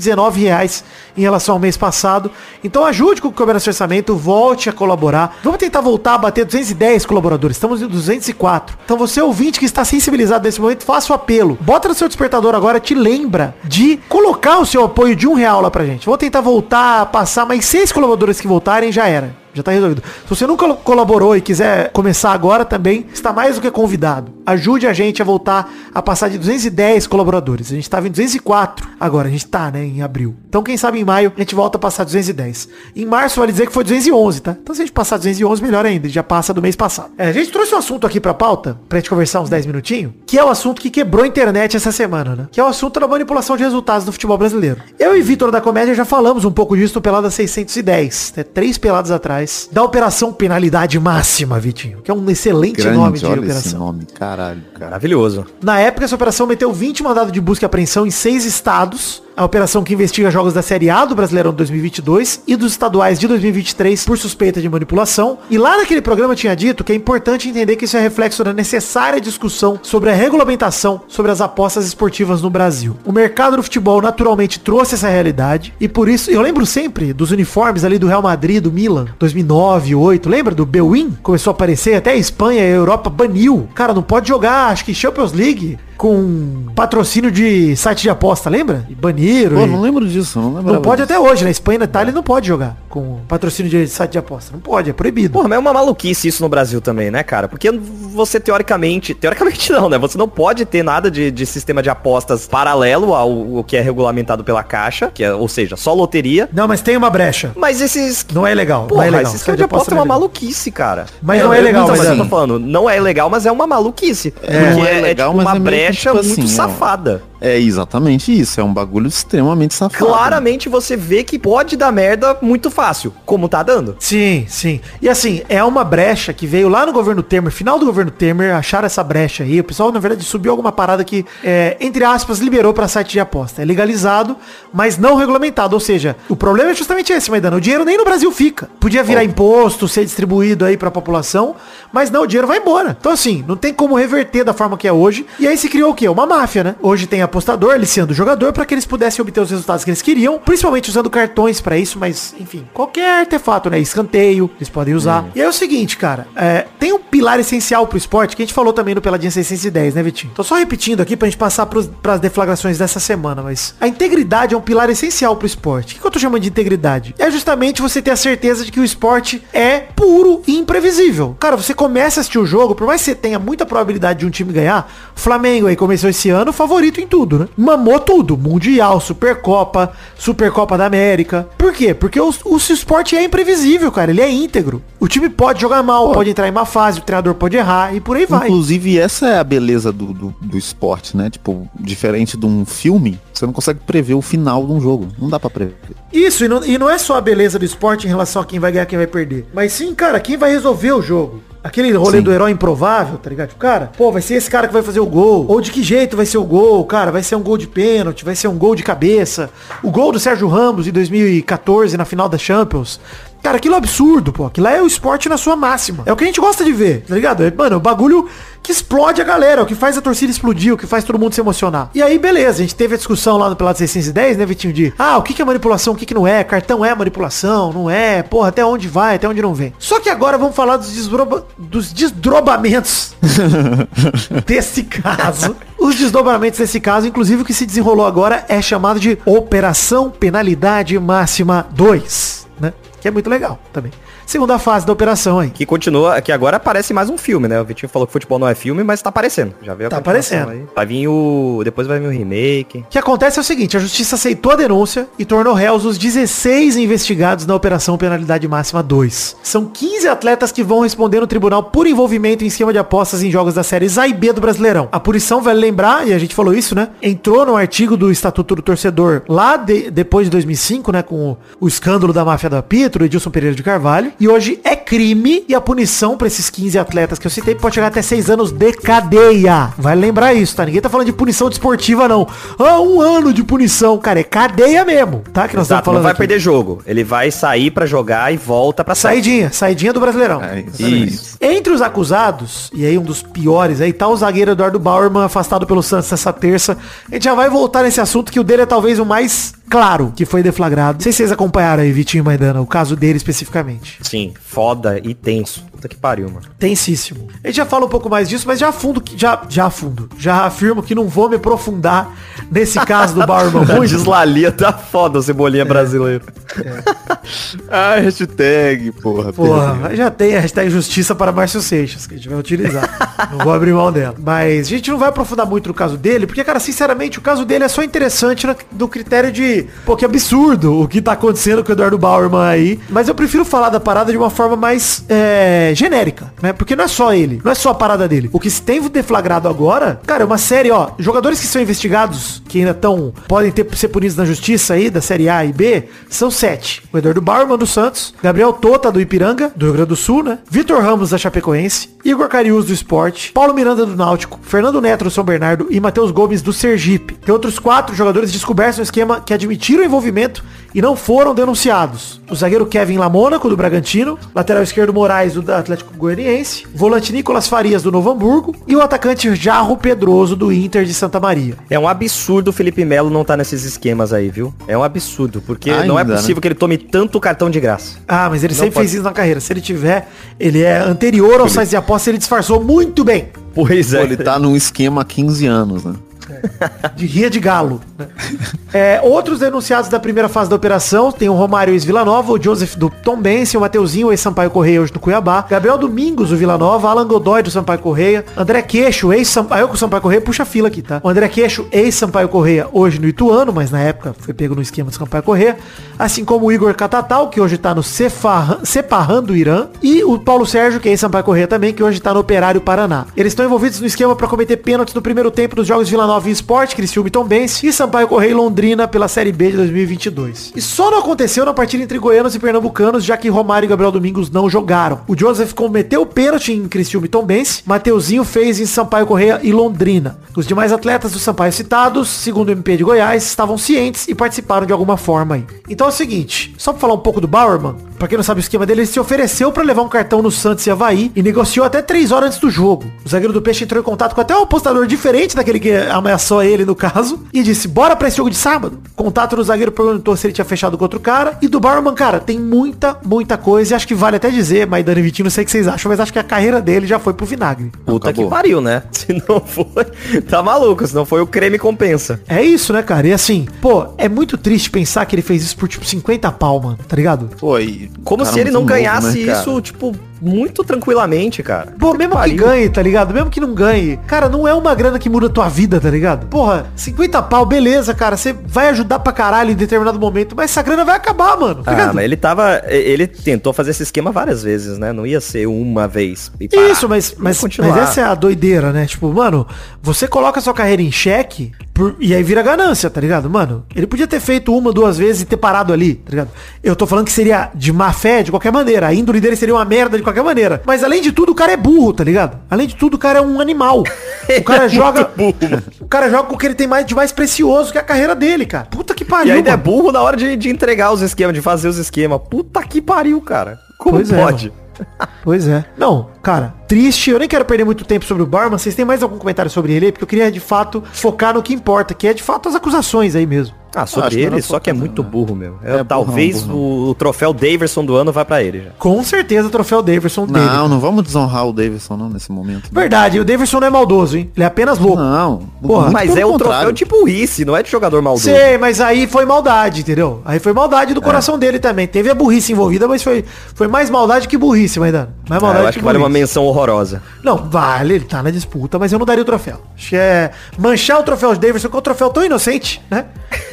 R$219 em relação ao mês passado. Então ajude com o que couber no seu orçamento. Volte a colaborar. Vamos tentar voltar a bater 210 colaboradores. Estamos em 204. Então você, ouvinte que está sensibilizado nesse momento, faça o apelo. Bota no seu despertador agora, te lembra de colocar o seu apoio de R$1 lá pra gente. Vou tentar voltar a passar mais 6 colaboradores que voltarem, já era. Já tá resolvido. Se você nunca colaborou e quiser começar agora também, está mais do que convidado. Ajude a gente a voltar a passar de 210 colaboradores. A gente estava em 204 agora, a gente tá, né, em abril. Então quem sabe em maio a gente volta a passar 210. Em março vale dizer que foi 211, tá? Então se a gente passar 211, melhor ainda, já passa do mês passado. A gente trouxe um assunto aqui pra pauta, pra gente conversar uns 10 minutinhos, que é o assunto que quebrou a internet essa semana, né? Que é o assunto da manipulação de resultados do futebol brasileiro. Eu e Vitor da Comédia já falamos um pouco disso no Pelada 610, né? 3 peladas atrás. Da Operação Penalidade Máxima, Vitinho, que é um excelente nome de olha operação. esse nome, caralho, cara. Maravilhoso. Na época, essa operação meteu 20 mandados de busca e apreensão em 6 estados. A operação que investiga jogos da Série A do Brasileirão de 2022 e dos estaduais de 2023 por suspeita de manipulação. E lá naquele programa tinha dito que é importante entender que isso é reflexo da necessária discussão sobre a regulamentação sobre as apostas esportivas no Brasil. O mercado do futebol naturalmente trouxe essa realidade e por isso, eu lembro sempre dos uniformes ali do Real Madrid, do Milan, 2009, 2008, lembra do Bwin? Começou a aparecer, até a Espanha e a Europa baniu. Cara, não pode jogar, acho que Champions League com patrocínio de site de aposta, lembra? E baniram. Pô, e... não lembro disso, não lembro. Não pode até hoje, na Espanha e na Itália não pode jogar com patrocínio de site de aposta. Não pode, é proibido. Porra, mas é uma maluquice isso no Brasil também, né, cara? Porque você teoricamente não, né? Você não pode ter nada de sistema de apostas paralelo ao que é regulamentado pela Caixa, que é, ou seja, só loteria. Não, mas tem uma brecha. Mas esses... Não é legal, Porra, não é legal. esse sistema de aposta é uma maluquice, cara. Mas não é legal, então, mas eu assim- tô falando, não é legal, mas é uma maluquice. É, porque não é legal, tipo, mas uma é meio que, brecha tipo muito assim, ó. safada. É exatamente isso, é um bagulho extremamente safado. Claramente você vê que pode dar merda muito fácil, como tá dando. Sim, sim. E assim, é uma brecha que veio lá no governo Temer, final do governo Temer, acharam essa brecha aí. O pessoal, na verdade, subiu alguma parada que, entre aspas, liberou pra site de aposta. É legalizado, mas não regulamentado. Ou seja, o problema é justamente esse, Maidana. O dinheiro nem no Brasil fica. Podia virar imposto, ser distribuído aí pra população, mas não, o dinheiro vai embora. Então assim, não tem como reverter da forma que é hoje. E aí se criou o quê? Uma máfia, né? Hoje tem apostador aliciando o jogador pra que eles pudessem obter os resultados que eles queriam, principalmente usando cartões pra isso, mas enfim, qualquer artefato, né? Escanteio, eles podem usar. E aí é o seguinte, cara, tem um pilar essencial pro esporte que a gente falou também no Peladinha 610, né, Vitinho? Tô só repetindo aqui pra gente passar pras deflagrações dessa semana, mas a integridade é um pilar essencial pro esporte. O que eu tô chamando de integridade? É justamente você ter a certeza de que o esporte é puro e imprevisível. Cara, você começa a assistir o jogo, por mais que você tenha muita probabilidade de um time ganhar, o Flamengo aí começou esse ano favorito em tudo, né? Mamou tudo. Mundial, Supercopa da América. Por quê? Porque o esporte é imprevisível, cara. Ele é íntegro. O time pode jogar mal, pode entrar em má fase, o treinador pode errar e por aí vai. Inclusive, essa é a beleza do esporte, né? Tipo, diferente de um filme, você não consegue prever o final de um jogo. Não dá pra prever. Isso, e não é só a beleza do esporte em relação a quem vai ganhar, quem vai perder. Mas sim, cara, quem vai resolver o jogo. Aquele rolê do herói improvável, tá ligado? Cara, vai ser esse cara que vai fazer o gol. Ou de que jeito vai ser o gol, cara? Vai ser um gol de pênalti, vai ser um gol de cabeça. O gol do Sérgio Ramos em 2014 na final da Champions. Cara, aquilo é absurdo, pô. Aquilo é o esporte na sua máxima. É o que a gente gosta de ver, tá ligado? Mano, é o bagulho que explode a galera, é o que faz a torcida explodir, o que faz todo mundo se emocionar. E aí, beleza, a gente teve a discussão lá no Pelado 610, né, Vitinho, de o que é manipulação, o que não é, cartão é manipulação, não é, porra, até onde vai, até onde não vem. Só que agora vamos falar dos desdobramentos desse caso. Os desdobramentos desse caso, inclusive o que se desenrolou agora é chamado de Operação Penalidade Máxima 2, né? Que é muito legal também. Segunda fase da operação aí. Que continua, que agora parece mais um filme, né? O Vitinho falou que futebol não é filme, mas tá aparecendo. Já veio a aparecendo. Aí. Vai vir depois vai vir o remake. O que acontece é o seguinte, a justiça aceitou a denúncia e tornou réus os 16 investigados na Operação Penalidade Máxima 2. São 15 atletas que vão responder no tribunal por envolvimento em esquema de apostas em jogos das séries A e B do Brasileirão. A punição, vale lembrar, e a gente falou isso, né? Entrou no artigo do Estatuto do Torcedor lá depois de 2005, né? Com o escândalo da máfia do apito, Edilson Pereira de Carvalho. E hoje é crime e a punição pra esses 15 atletas que eu citei pode chegar até 6 anos de cadeia. Vai lembrar isso, tá? Ninguém tá falando de punição desportiva, não. 1 ano de punição. Cara, é cadeia mesmo, tá? Que nós estamos falando não vai aqui. perder jogo. Ele vai sair pra jogar e volta pra saidinha do Brasileirão. Isso. Entre os acusados, e aí um dos piores aí, tá o zagueiro Eduardo Bauerman, afastado pelo Santos essa terça. A gente já vai voltar nesse assunto, que o dele é talvez o mais claro que foi deflagrado. Não sei se vocês acompanharam aí, Vitinho e Maidana, o caso dele especificamente. Sim, foda e tenso. Puta que pariu, mano. Tensíssimo. A gente já fala um pouco mais disso, mas já afirmo que não vou me aprofundar nesse caso do Bauerman. A Gislalia tá foda, o Cebolinha brasileiro. Hashtag, porra. Já tem a hashtag justiça para Márcio Seixas, que a gente vai utilizar. Não vou abrir mão dela. Mas a gente não vai aprofundar muito no caso dele, porque, cara, sinceramente, o caso dele é só interessante do critério de, que absurdo o que tá acontecendo com o Eduardo Bauerman aí. Mas eu prefiro falar da parada de uma forma mais genérica, né? Porque não é só ele, não é só a parada dele. O que se tem deflagrado agora, cara, é uma série, jogadores que são investigados, que ainda podem ser punidos na justiça aí, da série A e B, são 7. O Eduardo Bauerman do Santos, Gabriel Tota do Ipiranga, do Rio Grande do Sul, né? Vitor Ramos da Chapecoense, Igor Cariús do Sport, Paulo Miranda do Náutico, Fernando Neto do São Bernardo e Matheus Gomes do Sergipe. Tem outros 4 jogadores descobertos no esquema que admitiram o envolvimento e não foram denunciados. O zagueiro Kevin Lamônaco do Bragantino, lateral esquerdo Moraes do Atlético Goianiense, volante Nicolas Farias do Novo Hamburgo e o atacante Jarro Pedroso do Inter de Santa Maria. É um absurdo o Felipe Melo não tá nesses esquemas aí, viu? É um absurdo, porque não é possível que ele tome tanto cartão de graça. Mas ele sempre fez isso na carreira. Se ele tiver, ele é anterior ao site de aposta, ele disfarçou muito bem. Pois é. Ele tá num esquema há 15 anos, né? De ria de galo, né? Outros denunciados da primeira fase da operação tem o Romário ex-Vila Nova, o Joseph do Tombense, o Mateuzinho ex-Sampaio Correia hoje no Cuiabá, Gabriel Domingos do Vila Nova, Alan Godoy do Sampaio Correia, André Queixo ex-Sampaio, com o Sampaio Correia puxa a fila aqui, tá? O André Queixo ex-Sampaio Correia hoje no Ituano, mas na época foi pego no esquema do Sampaio Correia, assim como o Igor Catatal, que hoje tá no Sepahan do Irã, e o Paulo Sérgio, que é ex-Sampaio Correia também, que hoje tá no Operário Paraná. Eles estão envolvidos no esquema para cometer pênaltis no primeiro tempo dos jogos de Vila Nova 2019 em Sport, Criciúma e Tombense, e Sampaio Correia e Londrina pela Série B de 2022. E só não aconteceu na partida entre goianos e pernambucanos, já que Romário e Gabriel Domingos não jogaram. O Joseph cometeu o pênalti em Criciúma e Tombense, Mateuzinho fez em Sampaio Correia e Londrina. Os demais atletas do Sampaio citados, segundo o MP de Goiás, estavam cientes e participaram de alguma forma aí. Então é o seguinte, só pra falar um pouco do Bauerman, pra quem não sabe o esquema dele, ele se ofereceu pra levar um cartão no Santos e Avaí e negociou até 3 horas antes do jogo. O zagueiro do Peixe entrou em contato com até um apostador diferente daquele que ameaçou ele no caso e disse, bora pra esse jogo de sábado. Contato no zagueiro perguntou se ele tinha fechado com outro cara. E do Bauerman, cara, tem muita coisa e acho que vale até dizer, Maidana e Vitinho, não sei o que vocês acham, mas acho que a carreira dele já foi pro vinagre. Puta Acabou. Que pariu, né? Se não foi, tá maluco, se não foi o creme compensa. É isso, né, cara? E assim, pô, é muito triste pensar que ele fez isso por tipo 50 pau, mano, tá ligado? Pô, e como se ele não ganhasse isso, tipo, muito tranquilamente, cara. Pô, mesmo que ganhe, tá ligado? Mesmo que não ganhe. Cara, não é uma grana que muda a tua vida, tá ligado? Porra, 50 pau, beleza, cara. Você vai ajudar pra caralho em determinado momento, mas essa grana vai acabar, mano. Tá ligado? Mas ele tentou fazer esse esquema várias vezes, né? Não ia ser uma vez e parar. Isso, mas essa é a doideira, né? Tipo, mano, você coloca a sua carreira em xeque e aí vira ganância, tá ligado? Mano, ele podia ter feito 1, 2 vezes e ter parado ali, tá ligado? Eu tô falando que seria de má fé de qualquer maneira. A índole dele seria uma merda de qualquer maneira. Mas além de tudo, o cara é burro, tá ligado? Além de tudo, o cara é um animal. O cara joga. O cara joga com o que ele tem de mais precioso, que é a carreira dele, cara. Puta que pariu. E ainda é burro na hora de entregar os esquemas, de fazer os esquemas. Puta que pariu, cara. Como pois pode? Pois é. Não, cara, triste. Eu nem quero perder muito tempo sobre o Bauerman. Vocês têm mais algum comentário sobre ele aí? Porque eu queria, de fato, focar no que importa, que é, de fato, as acusações aí mesmo. Sobre ele, só que é muito burro, meu. Talvez burrão. O troféu Daverson do ano vá pra ele já. Com certeza o troféu Daverson dele. Não vamos desonrar o Daverson não nesse momento. Né? Verdade, o Daverson não é maldoso, hein? Ele é apenas louco. Não. Porra, mas é o troféu de burrice, não é de jogador maldoso. Sei, mas aí foi maldade, entendeu? Aí foi maldade do coração dele também. Teve a burrice envolvida, mas foi mais maldade que burrice, Maidana. Mais maldade eu acho que vale uma menção horrorosa. Não, vale, ele tá na disputa, mas eu não daria o troféu. Acho que é manchar o troféu de Daverson, que é um troféu tão inocente, né?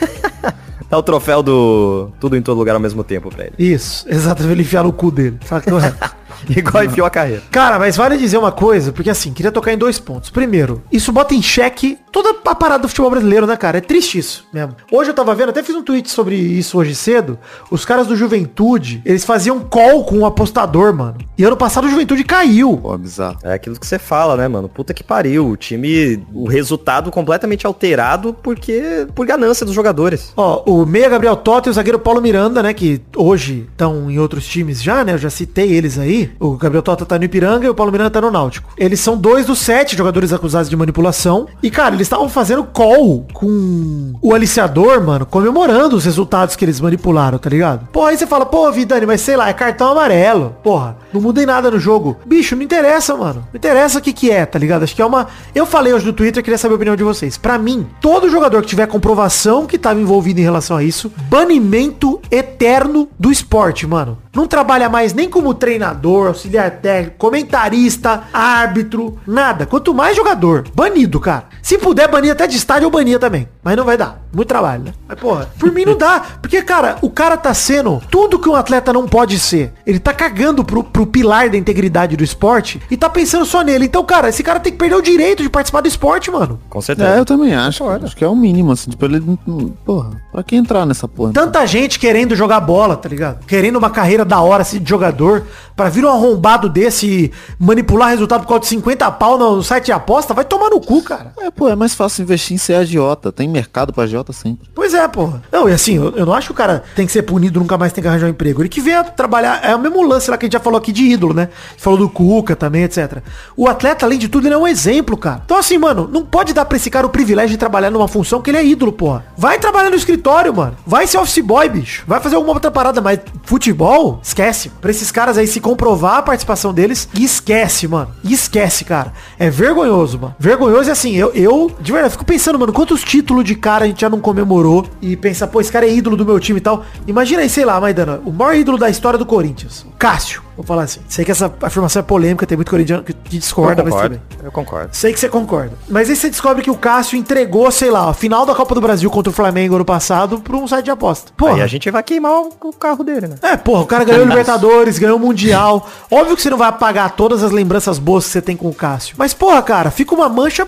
Dá o troféu do tudo em todo lugar ao mesmo tempo pra ele. Isso, exatamente, ele enfiar no cu dele. Fala que Igual enfiou a carreira. Cara, mas vale dizer uma coisa, porque assim, queria tocar em 2 pontos. Primeiro, isso bota em xeque toda a parada do futebol brasileiro, né, cara? É triste isso mesmo. Hoje eu tava vendo, até fiz um tweet sobre isso hoje cedo. Os caras do Juventude, eles faziam call com o apostador, mano. E ano passado o Juventude caiu. Pô, bizarro. É aquilo que você fala, né, mano? Puta que pariu. O time, o resultado completamente alterado por ganância dos jogadores. Ó, o meia Gabriel Tota e o zagueiro Paulo Miranda, né, que hoje estão em outros times já, né? Eu já citei eles aí. O Gabriel Tota tá no Ipiranga e o Paulo Miranda tá no Náutico. Eles são 2 dos 7 jogadores acusados de manipulação. E, cara, eles estavam fazendo call com o aliciador, mano, comemorando os resultados que eles manipularam, tá ligado? Pô, aí você fala, pô, Vidani, mas sei lá, é cartão amarelo. Porra, não mudei nada no jogo. Bicho, não interessa, mano. Não interessa o que é, tá ligado? Acho que é uma... Eu falei hoje no Twitter, queria saber a opinião de vocês. Pra mim, todo jogador que tiver comprovação que tava envolvido em relação a isso, banimento eterno do esporte, mano. Não trabalha mais nem como treinador, auxiliar técnico, comentarista, árbitro, nada. Quanto mais jogador, banido, cara. Se puder banir até de estádio, eu bania também. Mas não vai dar. Muito trabalho, né? Mas, porra, por mim não dá. Porque, cara, o cara tá sendo tudo que um atleta não pode ser. Ele tá cagando pro pilar da integridade do esporte e tá pensando só nele. Então, cara, esse cara tem que perder o direito de participar do esporte, mano. Com certeza. É, eu também acho. Acho que é o mínimo, assim. Tipo, ele... Porra, pra que entrar nessa porra? Tanta gente querendo jogar bola, tá ligado? Querendo uma carreira da hora, assim, de jogador, pra vir um arrombado desse e manipular resultado por causa de 50 pau no site de aposta, vai tomar no cu, cara. É mais fácil investir em ser agiota. Tem mercado pra agiota sempre. Pois é, porra. Não, e assim, eu não acho que o cara tem que ser punido, nunca mais tem que arranjar um emprego. Ele que venha trabalhar, é o mesmo lance lá que a gente já falou aqui de ídolo, né? Falou do Cuca também, etc. O atleta, além de tudo, ele é um exemplo, cara. Então assim, mano, não pode dar pra esse cara o privilégio de trabalhar numa função que ele é ídolo, porra. Vai trabalhar no escritório, mano. Vai ser office boy, bicho. Vai fazer alguma outra parada, mas futebol, esquece. Pra esses caras aí se comprovar a participação deles, esquece, mano. Esquece, cara. É vergonhoso, mano. Vergonhoso e assim, eu de verdade, fico pensando, mano, quantos títulos de cara a gente já não comemorou e pensa, pô, esse cara é ídolo do meu time e tal. Imagina aí, sei lá, Maidana, o maior ídolo da história do Corinthians, o Cássio. Vou falar assim. Sei que essa afirmação é polêmica, tem muito corintiano que discorda, mas também. Eu concordo. Sei que você concorda. Mas aí você descobre que o Cássio entregou, sei lá, a final da Copa do Brasil contra o Flamengo ano passado pra um site de aposta. Porra. Aí a gente vai queimar o carro dele, né? É, porra, o cara ganhou o Libertadores, ganhou o Mundial. Óbvio que você não vai apagar todas as lembranças boas que você tem com o Cássio. Mas, porra, cara, fica uma mancha... Puta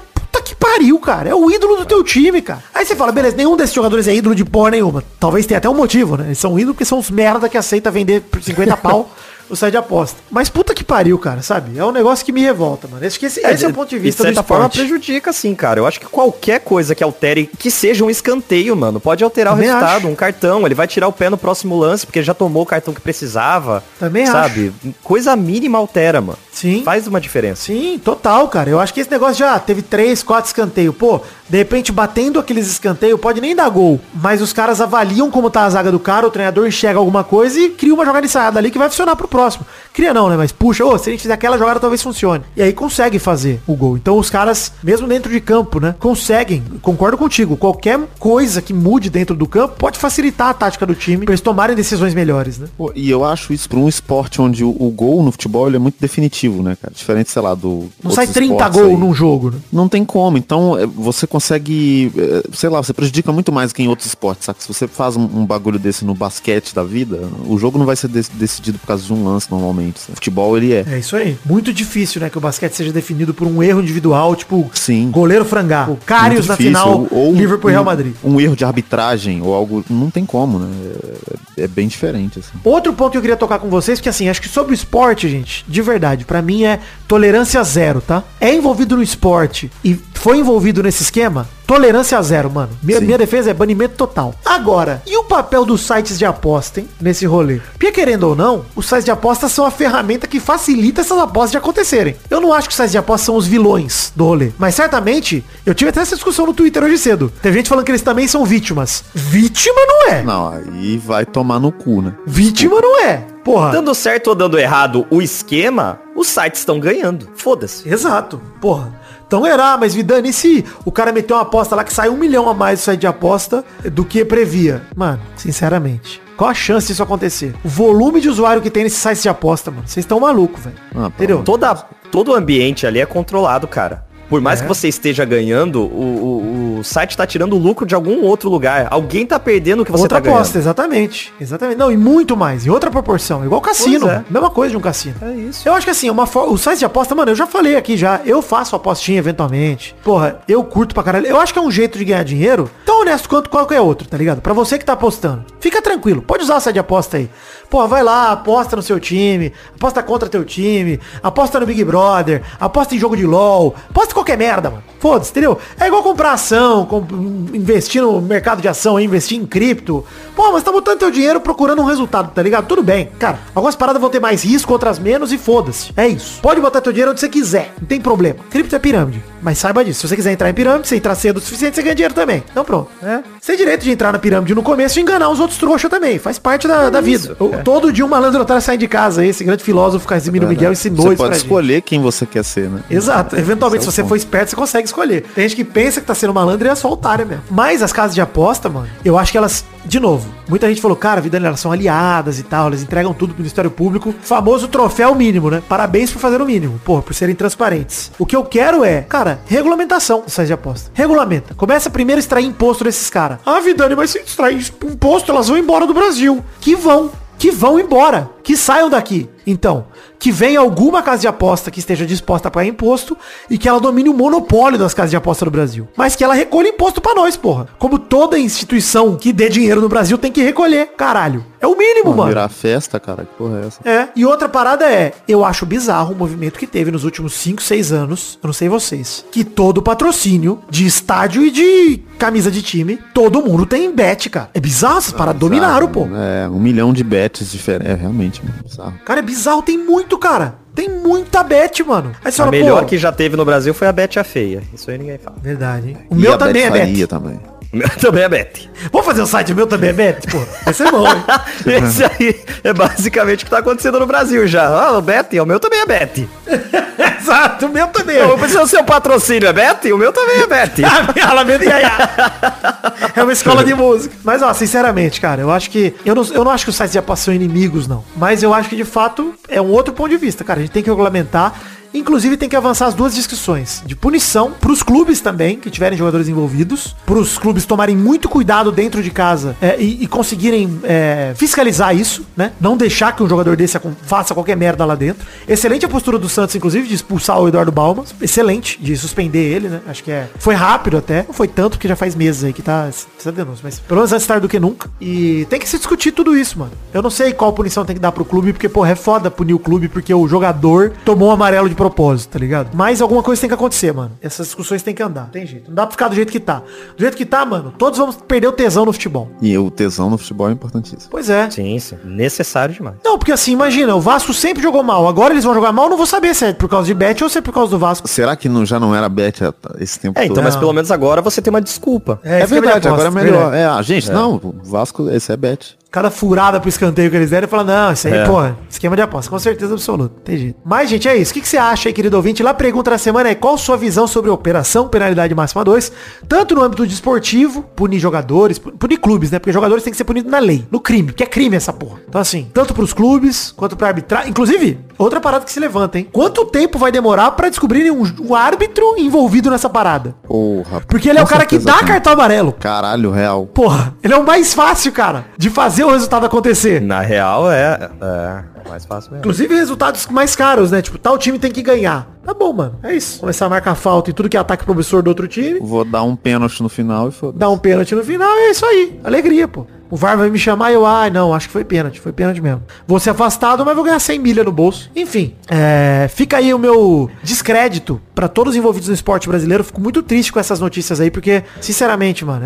que pariu, cara. É o ídolo do teu time, cara. Aí você fala, beleza, nenhum desses jogadores é ídolo de porra nenhuma. Talvez tenha até um motivo, né? Eles são ídolos porque são os merda que aceita vender por 50 pau o site de aposta. Mas puta que pariu, cara, sabe? É um negócio que me revolta, mano. Acho que esse é o ponto de vista do esporte. De certa forma prejudica, sim, cara. Eu acho que qualquer coisa que altere, que seja um escanteio, mano, pode alterar também o resultado. Um cartão, ele vai tirar o pé no próximo lance, porque já tomou o cartão que precisava. Também sabe? Acho. Coisa mínima altera, mano. Sim. Faz uma diferença. Sim, total, cara. Eu acho que esse negócio já teve 3, 4 escanteios. Pô, de repente, batendo aqueles escanteios, pode nem dar gol. Mas os caras avaliam como tá a zaga do cara, o treinador enxerga alguma coisa e cria uma jogada ensaiada ali que vai funcionar pro próximo. Cria não, né? Mas puxa, se a gente fizer aquela jogada, talvez funcione. E aí consegue fazer o gol. Então os caras, mesmo dentro de campo, né? Conseguem, concordo contigo, qualquer coisa que mude dentro do campo pode facilitar a tática do time pra eles tomarem decisões melhores, né? Pô, e eu acho isso pra um esporte onde o gol no futebol ele é muito definitivo, né, cara? Diferente, sei lá, do... Não sai 30 gols num jogo, né? Não tem como. Então, você consegue, sei lá, você prejudica muito mais que em outros esportes, sabe? Se você faz um bagulho desse no basquete da vida, o jogo não vai ser decidido por causa de um lance, normalmente. O futebol, ele é. É isso aí. Muito difícil, né? Que o basquete seja definido por um erro individual, tipo, sim, goleiro frangar. O Karius na final, ou Liverpool e Real Madrid. Um erro de arbitragem ou algo, não tem como, né? É bem diferente, assim. Outro ponto que eu queria tocar com vocês, porque assim, acho que sobre o esporte, gente, de verdade, pra mim é tolerância zero, tá? É envolvido no esporte e foi envolvido nesse esquema, tolerância zero, mano. Minha defesa é banimento total. Agora, e o papel dos sites de aposta, hein, nesse rolê? Porque querendo ou não, os sites de aposta são a ferramenta que facilita essas apostas de acontecerem. Eu não acho que os sites de aposta são os vilões do rolê. Mas certamente, eu tive até essa discussão no Twitter hoje cedo. Teve gente falando que eles também são vítimas. Vítima não é. Não, aí vai tomar no cu, né? Vítima não é. Porra. Dando certo ou dando errado o esquema, os sites estão ganhando. Foda-se. Exato. Porra. Então era, mas Vidani, e se o cara meteu uma aposta lá que sai 1 milhão a mais do site de aposta do que previa? Mano, sinceramente, qual a chance disso acontecer? O volume de usuário que tem nesse site de aposta, mano, vocês estão malucos, velho. Entendeu? Todo o ambiente ali é controlado, cara. Por mais que você esteja ganhando, o site tá tirando lucro de algum outro lugar. Alguém tá perdendo o que você tá ganhando. Outra aposta, exatamente. Não, e muito mais. Em outra proporção. Igual cassino. Mesma coisa de um cassino. É isso. Eu acho que assim, o site de aposta, mano, eu já falei aqui já. Eu faço apostinha eventualmente. Porra, eu curto pra caralho. Eu acho que é um jeito de ganhar dinheiro tão honesto quanto qualquer outro, tá ligado? Pra você que tá apostando. Fica tranquilo. Pode usar o site de aposta aí. Porra, vai lá, aposta no seu time. Aposta contra teu time. Aposta no Big Brother. Aposta em jogo de LOL. Aposta qualquer merda, mano. Foda-se, entendeu? É igual comprar ação, investir no mercado de ação, investir em cripto. Pô, mas tá botando teu dinheiro procurando um resultado, tá ligado? Tudo bem. Cara, algumas paradas vão ter mais risco, outras menos e foda-se. É isso. Pode botar teu dinheiro onde você quiser. Não tem problema. Cripto é pirâmide. Mas saiba disso. Se você quiser entrar em pirâmide, você entrar cedo o suficiente, você ganha dinheiro também. Então pronto. Você tem direito de entrar na pirâmide no começo e enganar os outros trouxas também. Faz parte da vida. Todo dia um malandro otário sai de casa. Esse grande filósofo Casimiro Miguel ensinou isso. Você pode escolher quem você quer ser, né? Exato. Eventualmente, se você for esperto, você consegue escolher. Tem gente que pensa que tá sendo malandro e é só otária mesmo. Mas as casas de aposta, mano, eu acho que elas, de novo, muita gente falou, cara, Vidani, elas são aliadas e tal, elas entregam tudo pro Ministério Público. Famoso troféu mínimo, né? Parabéns por fazer o mínimo. Porra, por serem transparentes. O que eu quero é, cara, regulamentação do site de aposta. Regulamenta. Começa primeiro a extrair imposto desses caras. Ah, Vidani, mas se extrair imposto, elas vão embora do Brasil. Que vão embora. Que saiam daqui. Então, que venha alguma casa de aposta que esteja disposta a pagar imposto e que ela domine o monopólio das casas de aposta no Brasil. Mas que ela recolha imposto pra nós, porra. Como toda instituição que dê dinheiro no Brasil tem que recolher. Caralho. É o mínimo, mano. Virar festa, cara. Que porra é essa? E outra parada eu acho bizarro o movimento que teve nos últimos 5, 6 anos, eu não sei vocês, que todo patrocínio de estádio e de camisa de time, todo mundo tem bet, cara. É bizarro, essas paradas dominaram, pô. 1 milhão de bets diferentes. É realmente bizarro. Cara, é bizarro, tem muito, cara. Tem muita bet, mano. Aí você fala, melhor que já teve no Brasil foi a Bet a Feia. Isso aí ninguém fala. Verdade, hein? O meu também é bet. Também. O meu também é bet. Vamos fazer um site, o meu também é bet? Pô, vai ser bom, hein? Esse aí é basicamente o que tá acontecendo no Brasil já. Ah, o bet, o meu também é bet. Exato, o meu também é. Se o seu patrocínio é bet, o meu também é bet. É uma escola de música. Mas, ó, sinceramente, cara, eu acho que... Eu não acho que os sites já são inimigos, não. Mas eu acho que, de fato, é um outro ponto de vista, cara. A gente tem que regulamentar. Inclusive tem que avançar as duas discussões de punição pros clubes também, que tiverem jogadores envolvidos, pros clubes tomarem muito cuidado dentro de casa e conseguirem fiscalizar isso, né? Não deixar que um jogador desse faça qualquer merda lá dentro. Excelente a postura do Santos, inclusive, de expulsar o Eduardo Balmas. Excelente, de suspender ele, né? Acho que foi rápido até. Não foi tanto, porque já faz meses aí que tá essa denúncia. Mas pelo menos antes tarde do que nunca. E tem que se discutir tudo isso, mano. Eu não sei qual punição tem que dar pro clube, porque, porra, é foda punir o clube porque o jogador tomou um amarelo de propósito, tá ligado? Mas alguma coisa tem que acontecer, mano. Essas discussões tem que andar. Não tem jeito. Não dá pra ficar do jeito que tá. Do jeito que tá, mano, todos vamos perder o tesão no futebol. E o tesão no futebol é importantíssimo. Pois é. Sim. Necessário demais. Não, porque assim, imagina, o Vasco sempre jogou mal. Agora eles vão jogar mal, não vou saber se é por causa de bet ou se é por causa do Vasco. Será que já não era bet esse tempo todo? Então, mas pelo menos agora você tem uma desculpa. É verdade, agora é melhor. Gente, não, o Vasco, esse é bet. Cada furada pro escanteio que eles deram e fala, não, isso aí, porra, esquema de aposta, com certeza absoluta, tem jeito. Mas, gente, é isso. O que você acha aí, querido ouvinte? Lá a pergunta da semana é qual sua visão sobre a operação penalidade máxima 2, tanto no âmbito desportivo, punir jogadores, punir clubes, né? Porque jogadores têm que ser punidos na lei, no crime, porque é crime essa porra. Então, assim, tanto pros clubes, quanto pra arbitrar. Inclusive, outra parada que se levanta, hein? Quanto tempo vai demorar pra descobrirem um árbitro envolvido nessa parada? Porra. Porque ele é o cara que dá cartão amarelo. Caralho, real. Porra, ele é o mais fácil, cara, de fazer o resultado acontecer. Na real, é mais fácil mesmo. Inclusive resultados mais caros, né? Tipo, tal time tem que ganhar. Tá bom, mano. É isso. Começar a marcar falta em tudo que é ataque promissor do outro time. Vou dar um pênalti no final e foda-se. Dar um pênalti no final e é isso aí. Alegria, pô. O VAR vai me chamar e eu, não, acho que foi pênalti mesmo. Vou ser afastado, mas vou ganhar 100 milha no bolso. Enfim, fica aí o meu descrédito pra todos os envolvidos no esporte brasileiro. Fico muito triste com essas notícias aí, porque, sinceramente, mano,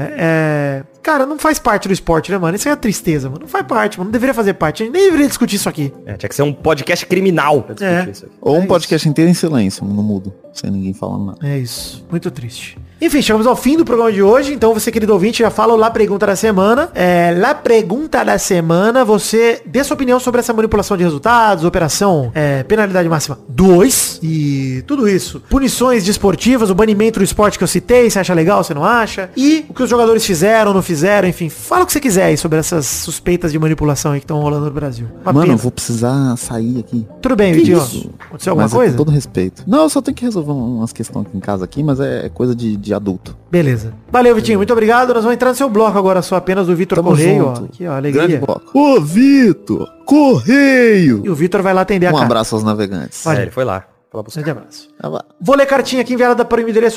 cara, não faz parte do esporte, né, mano? Isso é a tristeza, mano. Não faz parte, mano. Não deveria fazer parte. A gente nem deveria discutir isso aqui. Tinha que ser um podcast criminal pra discutir isso aqui. Ou um podcast inteiro em silêncio, no mudo, sem ninguém falando nada. É isso. Muito triste. Enfim, chegamos ao fim do programa de hoje. Então você, querido ouvinte, já fala lá a pergunta da semana. Lá pergunta da semana, você dê sua opinião sobre essa manipulação de resultados, operação penalidade máxima 2 e tudo isso. Punições desportivas, o banimento do esporte que eu citei, você acha legal, você não acha? E o que os jogadores fizeram, não fizeram, enfim. Fala o que você quiser aí sobre essas suspeitas de manipulação aí que estão rolando no Brasil. Mano, eu vou precisar sair aqui. Tudo bem, Vitinho. Aconteceu alguma coisa? Com todo respeito. Não, eu só tenho que resolver umas questões aqui em casa aqui, mas é coisa de adulto. Beleza. Valeu, Vitinho. Muito obrigado. Nós vamos entrar no seu bloco agora, só apenas do Vitor Correio. Ó. Aqui, ó, alegria. Ô, Vitor Correio! E o Vitor vai lá atender a cara. Um abraço aos navegantes. Ele foi lá. Grande abraço. Vou ler cartinha aqui enviada para o endereço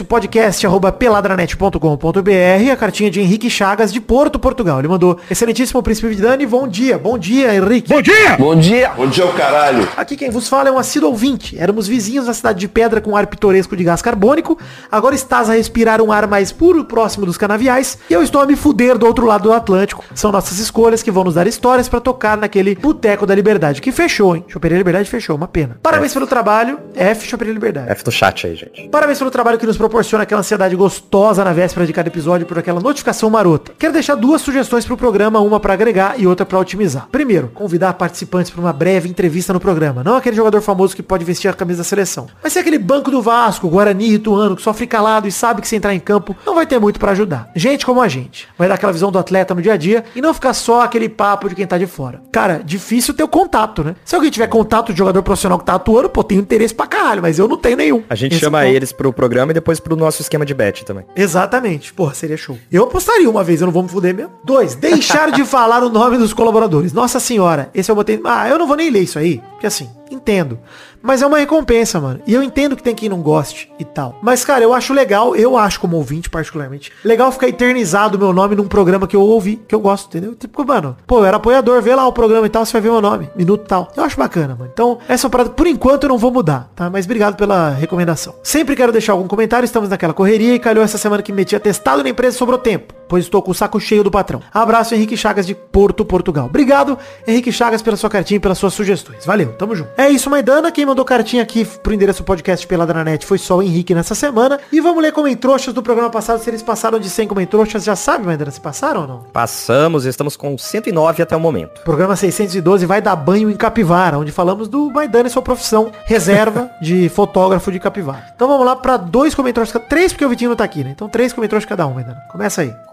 podcast@peladranet.com.br. A cartinha de Henrique Chagas, de Porto, Portugal. Ele mandou: excelentíssimo príncipe Vidani, bom dia. Bom dia, Henrique. Bom dia! Bom dia! Bom dia, o caralho! Aqui quem vos fala é um assíduo ouvinte. Éramos vizinhos na cidade de Pedra com um ar pitoresco de gás carbônico. Agora estás a respirar um ar mais puro próximo dos canaviais. E eu estou a me fuder do outro lado do Atlântico. São nossas escolhas que vão nos dar histórias para tocar naquele Boteco da Liberdade. Que fechou, hein? Choperia Liberdade fechou, uma pena. Parabéns pelo trabalho. Choperia Liberdade. F do chat aí, gente. Parabéns pelo trabalho que nos proporciona aquela ansiedade gostosa na véspera de cada episódio por aquela notificação marota. Quero deixar duas sugestões pro programa, uma pra agregar e outra pra otimizar. Primeiro, convidar participantes para uma breve entrevista no programa. Não aquele jogador famoso que pode vestir a camisa da seleção. Mas ser aquele banco do Vasco, Guarani, Ituano, que sofre calado e sabe que se entrar em campo não vai ter muito pra ajudar. Gente como a gente. Vai dar aquela visão do atleta no dia a dia e não ficar só aquele papo de quem tá de fora. Cara, difícil ter o contato, né? Se alguém tiver contato de jogador profissional que tá atuando, pô, tem interesse pra caralho, mas eu não tenho nenhum. A gente chama eles pro programa e depois pro nosso esquema de bet também. Exatamente. Porra, seria show. Eu apostaria uma vez, eu não vou me fuder mesmo. 2, deixar de falar o nome dos colaboradores. Nossa senhora, esse eu botei... eu não vou nem ler isso aí, porque assim, entendo. Mas é uma recompensa, mano. E eu entendo que tem quem não goste e tal. Mas, cara, eu acho legal, como ouvinte particularmente, legal ficar eternizado o meu nome num programa que eu ouvi, que eu gosto, entendeu? Tipo, mano, eu era apoiador, vê lá o programa e tal, você vai ver meu nome, minuto e tal. Eu acho bacana, mano. Então, essa parada, por enquanto, eu não vou mudar, tá? Mas obrigado pela recomendação. Sempre quero deixar algum comentário, estamos naquela correria e calhou essa semana que me meti atestado na empresa, sobrou tempo, pois estou com o saco cheio do patrão. Abraço, Henrique Chagas, de Porto, Portugal. Obrigado, Henrique Chagas, pela sua cartinha e pelas suas sugestões. Valeu, tamo junto. É isso, Maidana. Quem mandou cartinha aqui pro endereço podcast Peladranet foi só o Henrique nessa semana. E vamos ler comentroxas do programa passado. Se eles passaram de 100 comentroxas, já sabe, Maidana, se passaram ou não? Passamos, estamos com 109 até o momento. Programa 612 vai dar banho em capivara, onde falamos do Maidana e sua profissão, reserva de fotógrafo de capivara. Então vamos lá pra 2 comentroxas, 3 porque o Vitinho não tá aqui, né? Então 3 comentroxas cada um, Maidana. Começa aí.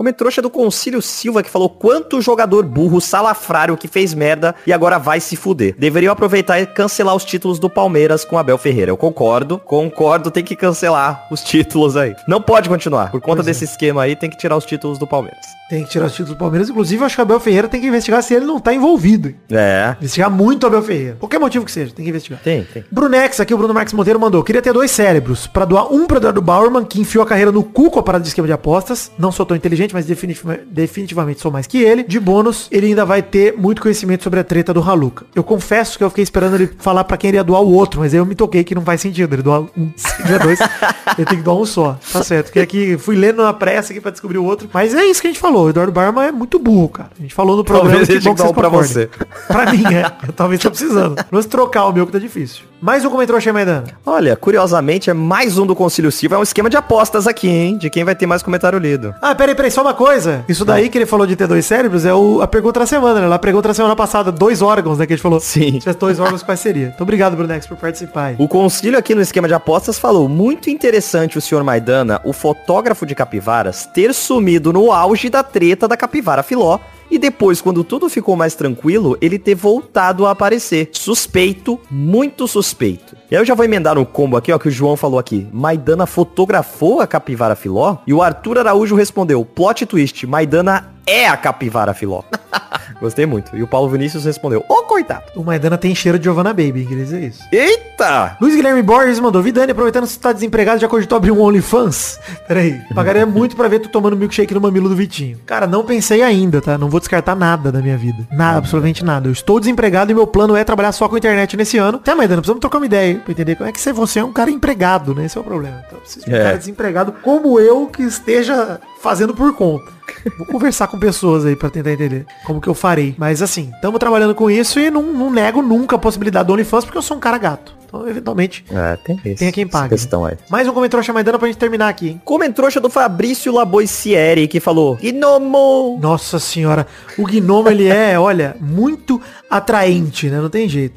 Comentrouxa do Concílio Silva, que falou quanto jogador burro, salafrário, que fez merda e agora vai se fuder. Deveriam aproveitar e cancelar os títulos do Palmeiras com Abel Ferreira. Eu concordo, tem que cancelar os títulos aí. Não pode continuar. Por conta desse esquema aí, tem que tirar os títulos do Palmeiras. Tem que tirar os títulos do Palmeiras. Inclusive, eu acho que o Abel Ferreira tem que investigar se ele não tá envolvido. É. Investigar muito o Abel Ferreira. Qualquer motivo que seja, tem que investigar. Tem. Brunex, aqui o Bruno Marques Monteiro mandou. Queria ter 2 cérebros. Pra doar um pro Eduardo Bauerman, que enfiou a carreira no cu com a parada de esquema de apostas. Não sou tão inteligente, mas definitivamente sou mais que ele. De bônus, ele ainda vai ter muito conhecimento sobre a treta do Haluca. Eu confesso que eu fiquei esperando ele falar pra quem ele ia doar o outro, mas aí eu me toquei que não faz sentido. Ele doar um, se doar 2, ele tem que doar um só. Tá certo. Porque aqui fui lendo na pressa aqui pra descobrir o outro. Mas é isso que a gente falou. O Eduardo Bauerman é muito burro, cara. A gente falou no programa. Talvez ele tenha que dar pra você. Pra mim, eu talvez tô precisando. Vamos trocar o meu que tá difícil. Mais um Comentrouxa aí, Maidana. Olha, curiosamente, é mais um do Concílio Silva. É um esquema de apostas aqui, hein? De quem vai ter mais comentário lido. Ah, peraí, só uma coisa. Isso daí que ele falou de ter 2 cérebros é a pergunta da semana, né? Ela pergunta da semana passada, 2 órgãos, né? Que a gente falou. Sim. Se tivesse 2 órgãos, quais seria? Então, obrigado, Brunex, por participar aí. O Concílio aqui no esquema de apostas falou, muito interessante o senhor Maidana, o fotógrafo de capivaras, ter sumido no auge da treta da capivara filó, e depois, quando tudo ficou mais tranquilo, ele ter voltado a aparecer. Suspeito, muito suspeito. E aí eu já vou emendar no combo aqui, ó, que o João falou aqui. Maidana fotografou a capivara filó? E o Arthur Araújo respondeu, plot twist, Maidana é a capivara filó. Gostei muito. E o Paulo Vinícius respondeu, ô coitado. O Maidana tem cheiro de Giovanna Baby, queria dizer isso. Eita! Luiz Guilherme Borges mandou, Vidani, aproveitando que você tá desempregado, já cogitou abrir um OnlyFans? Peraí, pagaria muito pra ver tu tomando milkshake no mamilo do Vitinho. Cara, não pensei ainda, tá? Não vou descartar nada da minha vida. Nada, absolutamente nada. Eu estou desempregado e meu plano é trabalhar só com internet nesse ano. Até, Maidana, precisamos trocar uma ideia aí, pra entender como é que você é um cara empregado, né? Esse é o problema. Então, eu preciso de um cara desempregado como eu, que esteja fazendo por conta. Vou conversar com pessoas aí pra tentar entender como que eu farei. Mas assim, estamos trabalhando com isso e não nego nunca a possibilidade do OnlyFans, porque eu sou um cara gato. Então, eventualmente, tem quem pague. Questão aí. Mais um Comentrouxa Maidana pra gente terminar aqui, hein? Comentrouxa do Fabrício Laboicieri, que falou, Gnomo! Nossa senhora, o Gnomo, ele é, olha, muito atraente, né? Não tem jeito.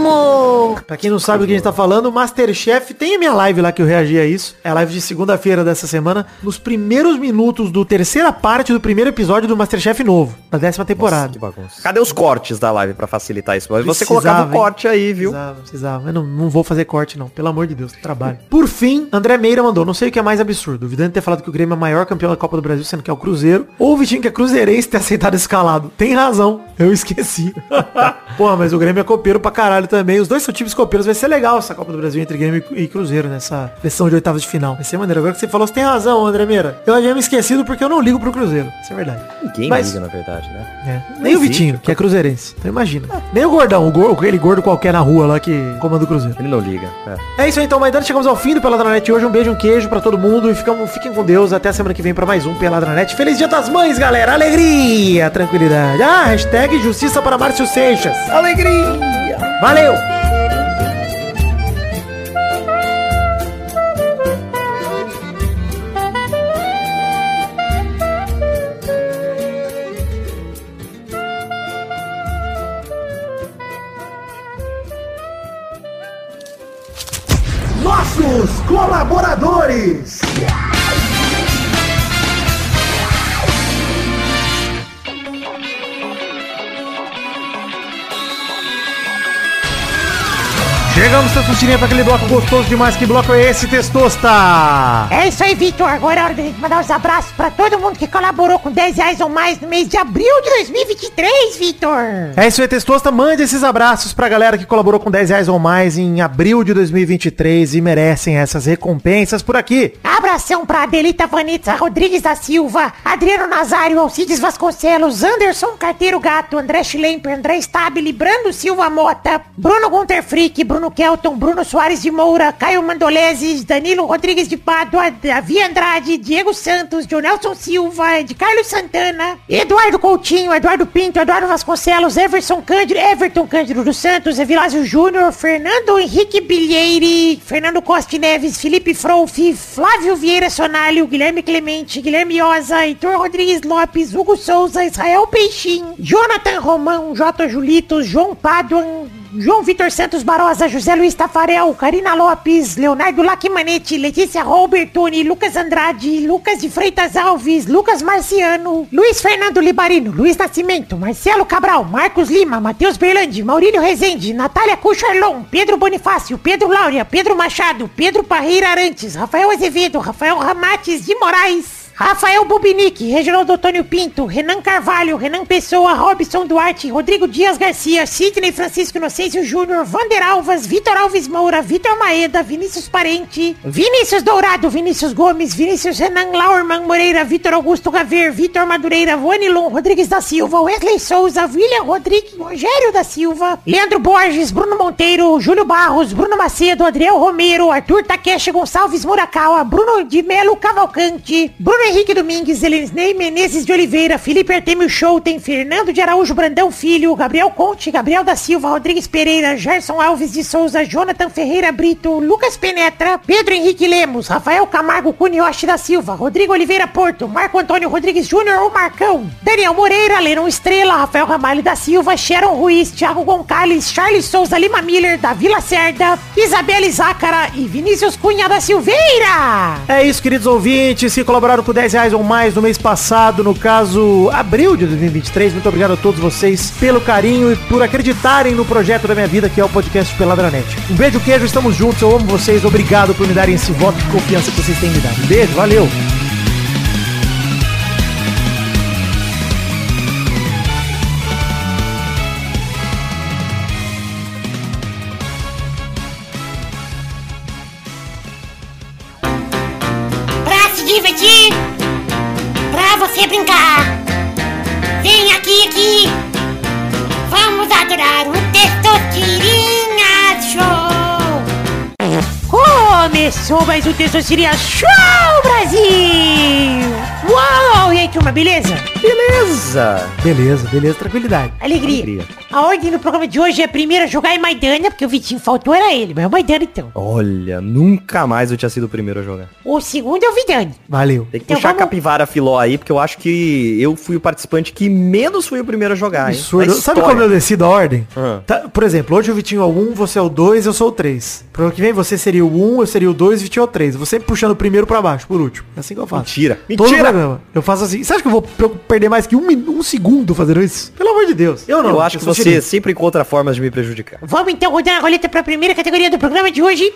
Gnomo! Pra quem não sabe do que a gente tá falando, o Masterchef tem a minha live lá que eu reagi a isso. É a live de segunda-feira dessa semana. Nos primeiros minutos do terceira parte do primeiro episódio do Masterchef novo, da 10ª temporada. Nossa, que bagunça. Cadê os cortes da live pra facilitar isso? Mas você colocava o corte aí, viu? Precisava. Mas não vou fazer corte, não. Pelo amor de Deus, trabalho. Por fim, André Meira mandou, não sei o que é mais absurdo. O Vidani ter falado que o Grêmio é o maior campeão da Copa do Brasil, sendo que é o Cruzeiro. Ou o Vitinho, que é cruzeirense, ter aceitado escalado. Tem razão. Eu esqueci. Porra, mas o Grêmio é copeiro pra caralho também. Os dois são times copeiros. Vai ser legal essa Copa do Brasil entre Grêmio e Cruzeiro nessa decisão de oitavas de final. Vai ser maneiro. Agora que você falou, você tem razão, André Meira. Eu havia me esquecido porque eu não ligo pro Cruzeiro. Isso é verdade. Ninguém liga, na verdade, né? É. Nem o Vitinho, que é cruzeirense. Então imagina. Nem o Gordão, aquele gordo qualquer na rua lá que comanda o Cruzeiro. Ele não liga. É isso aí, então, Maidana. Chegamos ao fim do Peladranet hoje. Um beijo, um queijo pra todo mundo. E fiquem com Deus. Até a semana que vem pra mais um Peladranet. Feliz Dia das Mães, galera. Alegria, tranquilidade. Hashtag Justiça para Márcio Seixas. Alegria! Valeu! Nossos colaboradores! Chegamos, Testostirinha, para aquele bloco gostoso demais. Que bloco é esse, Testosta? É isso aí, Vitor. Agora é hora de gente mandar os abraços pra todo mundo que colaborou com 10 reais ou mais no mês de abril de 2023, Vitor. É isso aí, Testosta. Mande esses abraços pra galera que colaborou com 10 reais ou mais em abril de 2023 e merecem essas recompensas por aqui. Abração pra Adelita Vanessa Rodrigues da Silva, Adriano Nazário, Alcides Vasconcelos, Anderson Carteiro Gato, André Schlemper, André Stabile, Brando Silva Mota, Bruno Gunter Frick, Bruno Kelton, Bruno Soares de Moura, Caio Mandoleses, Danilo Rodrigues de Pádua, Davi Andrade, Diego Santos, Jonelson Silva, de Carlos Santana, Eduardo Coutinho, Eduardo Pinto, Eduardo Vasconcelos, Everton Cândido dos Santos, Evilásio Júnior, Fernando Henrique Bilheire, Fernando Costa Neves, Felipe Frouf, Flávio Vieira Sonalho, Guilherme Clemente, Guilherme Oza, Heitor Rodrigues Lopes, Hugo Souza, Israel Peixinho, Jonathan Romão, J. Julitos, João Paduan, João Vitor Santos Barosa, José Luiz Tafarel, Karina Lopes, Leonardo Lacimanetti, Letícia Robertoni, Lucas Andrade, Lucas de Freitas Alves, Lucas Marciano, Luiz Fernando Libarino, Luiz Nascimento, Marcelo Cabral, Marcos Lima, Matheus Berlandi, Maurílio Rezende, Natália Cucharlon, Pedro Bonifácio, Pedro Laura, Pedro Machado, Pedro Parreira Arantes, Rafael Azevedo, Rafael Ramates de Moraes, Rafael Bubinique, Reginaldo Antônio Pinto, Renan Carvalho, Renan Pessoa, Robson Duarte, Rodrigo Dias Garcia, Sidney Francisco Inocêncio Júnior, Vander Alves, Vitor Alves Moura, Vitor Maeda, Vinícius Parente, Vinícius Dourado, Vinícius Gomes, Vinícius Renan Laurman Moreira, Vitor Augusto Gaver, Vitor Madureira, Vanilon Rodrigues da Silva, Wesley Souza, William Rodrigues, Rogério da Silva, Leandro Borges, Bruno Monteiro, Júlio Barros, Bruno Macedo, Adriel Romero, Arthur Takeshi Gonçalves Murakawa, Bruno de Melo Cavalcante, Bruno Henrique Domingues, Elisnei Menezes de Oliveira, Felipe Artemio Schouten, Fernando de Araújo Brandão Filho, Gabriel Conte, Gabriel da Silva, Rodrigues Pereira, Gerson Alves de Souza, Jonathan Ferreira Brito, Lucas Penetra, Pedro Henrique Lemos, Rafael Camargo Cunioche da Silva, Rodrigo Oliveira Porto, Marco Antônio Rodrigues Júnior, o Marcão, Daniel Moreira, Leron Estrela, Rafael Ramalho da Silva, Sharon Ruiz, Thiago Gonçalves, Charles Souza Lima Miller, Davi Lacerda, Isabelle Zácara e Vinícius Cunha da Silveira. É isso, queridos ouvintes, que colaboraram com R$10 ou mais no mês passado, no caso, abril de 2023. Muito obrigado a todos vocês pelo carinho e por acreditarem no projeto da minha vida, que é o podcast Peladranet. Um beijo, queijo, estamos juntos, eu amo vocês, obrigado por me darem esse voto de confiança que vocês têm me dado. Um beijo, valeu! Pra se divertir, pra você brincar, vem aqui, vamos adorar o Testosterinha Show. Começou mais um Testosterinha Show, Brasil! Uau, e aí, turma, beleza? Beleza, tranquilidade. Alegria. A ordem do programa de hoje é primeiro jogar em Maidana, porque o Vitinho faltou, era ele, mas é o Maidana então. Olha, nunca mais eu tinha sido o primeiro a jogar. O segundo é o Vidani. Valeu. Tem que puxar a capivara filó aí, porque eu acho que eu fui o participante que menos fui o primeiro a jogar, hein? Absurdo. Sabe como eu decido a ordem? Ah. Tá, por exemplo, hoje o Vitinho é o 1, você é o 2, eu sou o 3. Pro ano que vem você seria o 1, eu seria o 2 e o Vitinho é o 3. Eu vou sempre puxando o primeiro pra baixo, por último. É assim que eu faço. Mentira. Todo programa. Eu faço assim. Você acha que eu vou perder mais que um segundo fazendo isso? Pelo amor de Deus. Eu não. Eu acho que você sempre encontra formas de me prejudicar. Vamos então rodar a roleta para a primeira categoria do programa de hoje.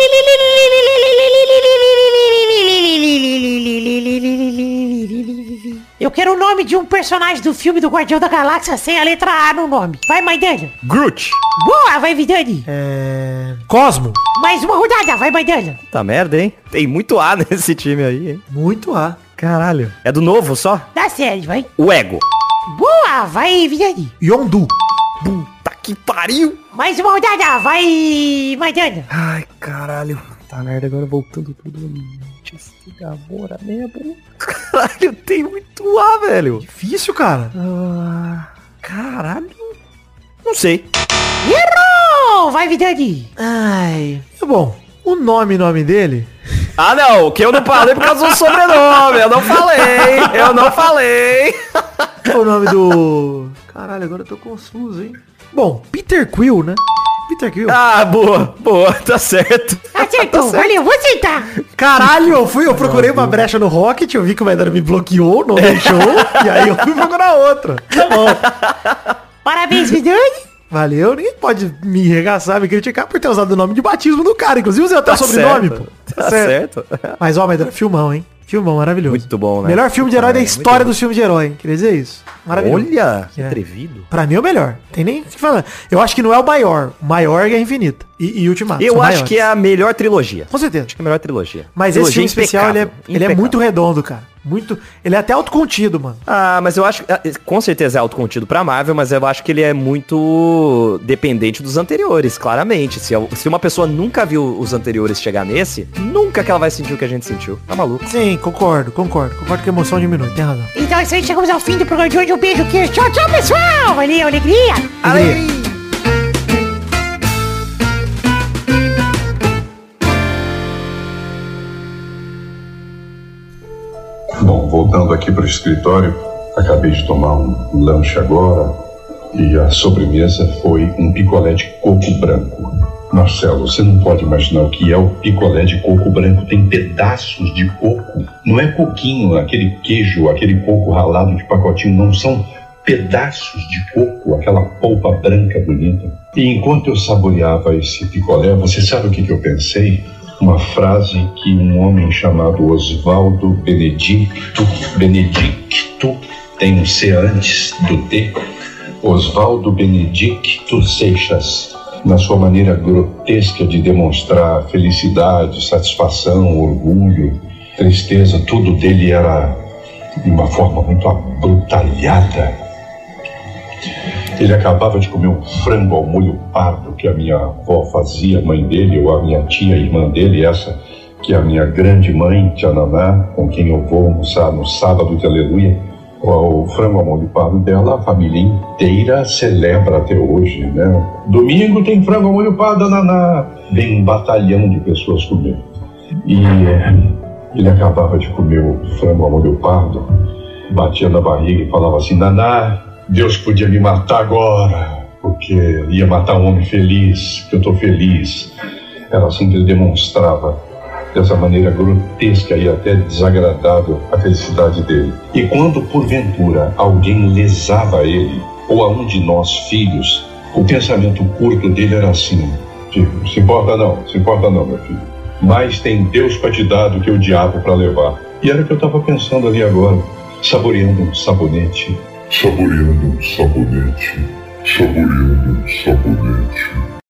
Eu quero o nome de um personagem do filme do Guardião da Galáxia sem a letra A no nome. Vai, Maidana. Groot. Boa, vai, Vidani. Cosmo. Mais uma rodada, vai, Maidana. Tá merda, hein? Tem muito A nesse time aí, hein? Muito A. Caralho. É do novo só? Da série, vai. O Ego. Boa, vai, Vidani. Yondu. Puta que pariu. Mais uma rodada, vai, Maidana. Ai, caralho. Tá merda, agora voltando tudo. Gamora mesmo. Caralho, tem muito A, velho. Difícil, cara. Caralho. Não sei. Errou! Vai, Vidani. Ai. Tá bom. O nome dele... Ah, não. Que eu não falei por causa do sobrenome. Eu não falei. O nome do... Caralho, agora eu tô confuso, hein? Bom, Peter Quill, né? Peter Quill. Ah, boa. Tá certo. Acertou, valeu, vou aceitar. Caralho, eu procurei uma brecha no Rocket, eu vi que o Maidana me bloqueou, não deixou, e aí eu fui procurar outra. Tá bom. Parabéns, Vidani. Valeu, ninguém pode me regaçar, me criticar por ter usado o nome de batismo do cara. Inclusive usei até o sobrenome, pô. Tá certo. Mas, ó, Maidana, filmão, hein? Filmão maravilhoso. Muito bom, né? Melhor filme de herói da história dos filmes de herói, hein? Queria dizer isso. Maravilhoso. Olha, que atrevido. Pra mim é o melhor. Tem nem o que falar. Eu acho que não é o maior. O maior é Guerra Infinita. E Ultimato. Eu acho que é a melhor trilogia. Com certeza. Acho que é a melhor trilogia. Mas trilogia esse filme especial, ele é muito redondo, cara. Muito. Ele é até autocontido, mano. Ah, mas eu acho. Com certeza é autocontido pra Marvel, mas eu acho que ele é muito dependente dos anteriores, claramente. Se uma pessoa nunca viu os anteriores chegar nesse, nunca que ela vai sentir o que a gente sentiu. Tá maluco? Sim, concordo que a emoção diminui, tem razão. Então é isso aí, chegamos ao fim do programa de hoje. Um beijo, queijo. Tchau, pessoal. Valeu, alegria. Bom, voltando aqui para o escritório, acabei de tomar um lanche agora, E a sobremesa foi um picolé de coco branco. Marcelo, você não pode imaginar o que é o picolé de coco branco. Tem pedaços de coco. Não é coquinho, aquele queijo, aquele coco ralado de pacotinho. Não, são pedaços de coco, aquela polpa branca bonita. E enquanto eu saboreava esse picolé, você sabe o que eu pensei? Uma frase que um homem chamado Oswaldo Benedicto, tem um C antes do T, Oswaldo Benedicto Seixas, na sua maneira grotesca de demonstrar felicidade, satisfação, orgulho, tristeza, tudo dele era de uma forma muito abrutalhada. Ele acabava de comer um frango ao molho pardo que a minha avó fazia, mãe dele, ou a minha tia, irmã dele, essa que é a minha grande mãe, Tia Naná, com quem eu vou almoçar no sábado de Aleluia. O frango ao molho pardo dela, a família inteira celebra até hoje, né? Domingo tem frango ao molho pardo, Naná. Vem um batalhão de pessoas comer. E ele acabava de comer o frango ao molho pardo, batia na barriga e falava assim: Naná, Deus podia me matar agora, porque ia matar um homem feliz, que eu tô feliz. Era assim que ele demonstrava, dessa maneira grotesca e até desagradável, a felicidade dele. E quando, porventura, alguém lesava ele, ou a um de nós filhos, o pensamento curto dele era assim: tipo, se importa não, meu filho. Mais tem Deus para te dar do que o diabo para levar. E era o que eu estava pensando ali agora, saboreando um sabonete. Saboreando um sabonete. Saboreando um sabonete.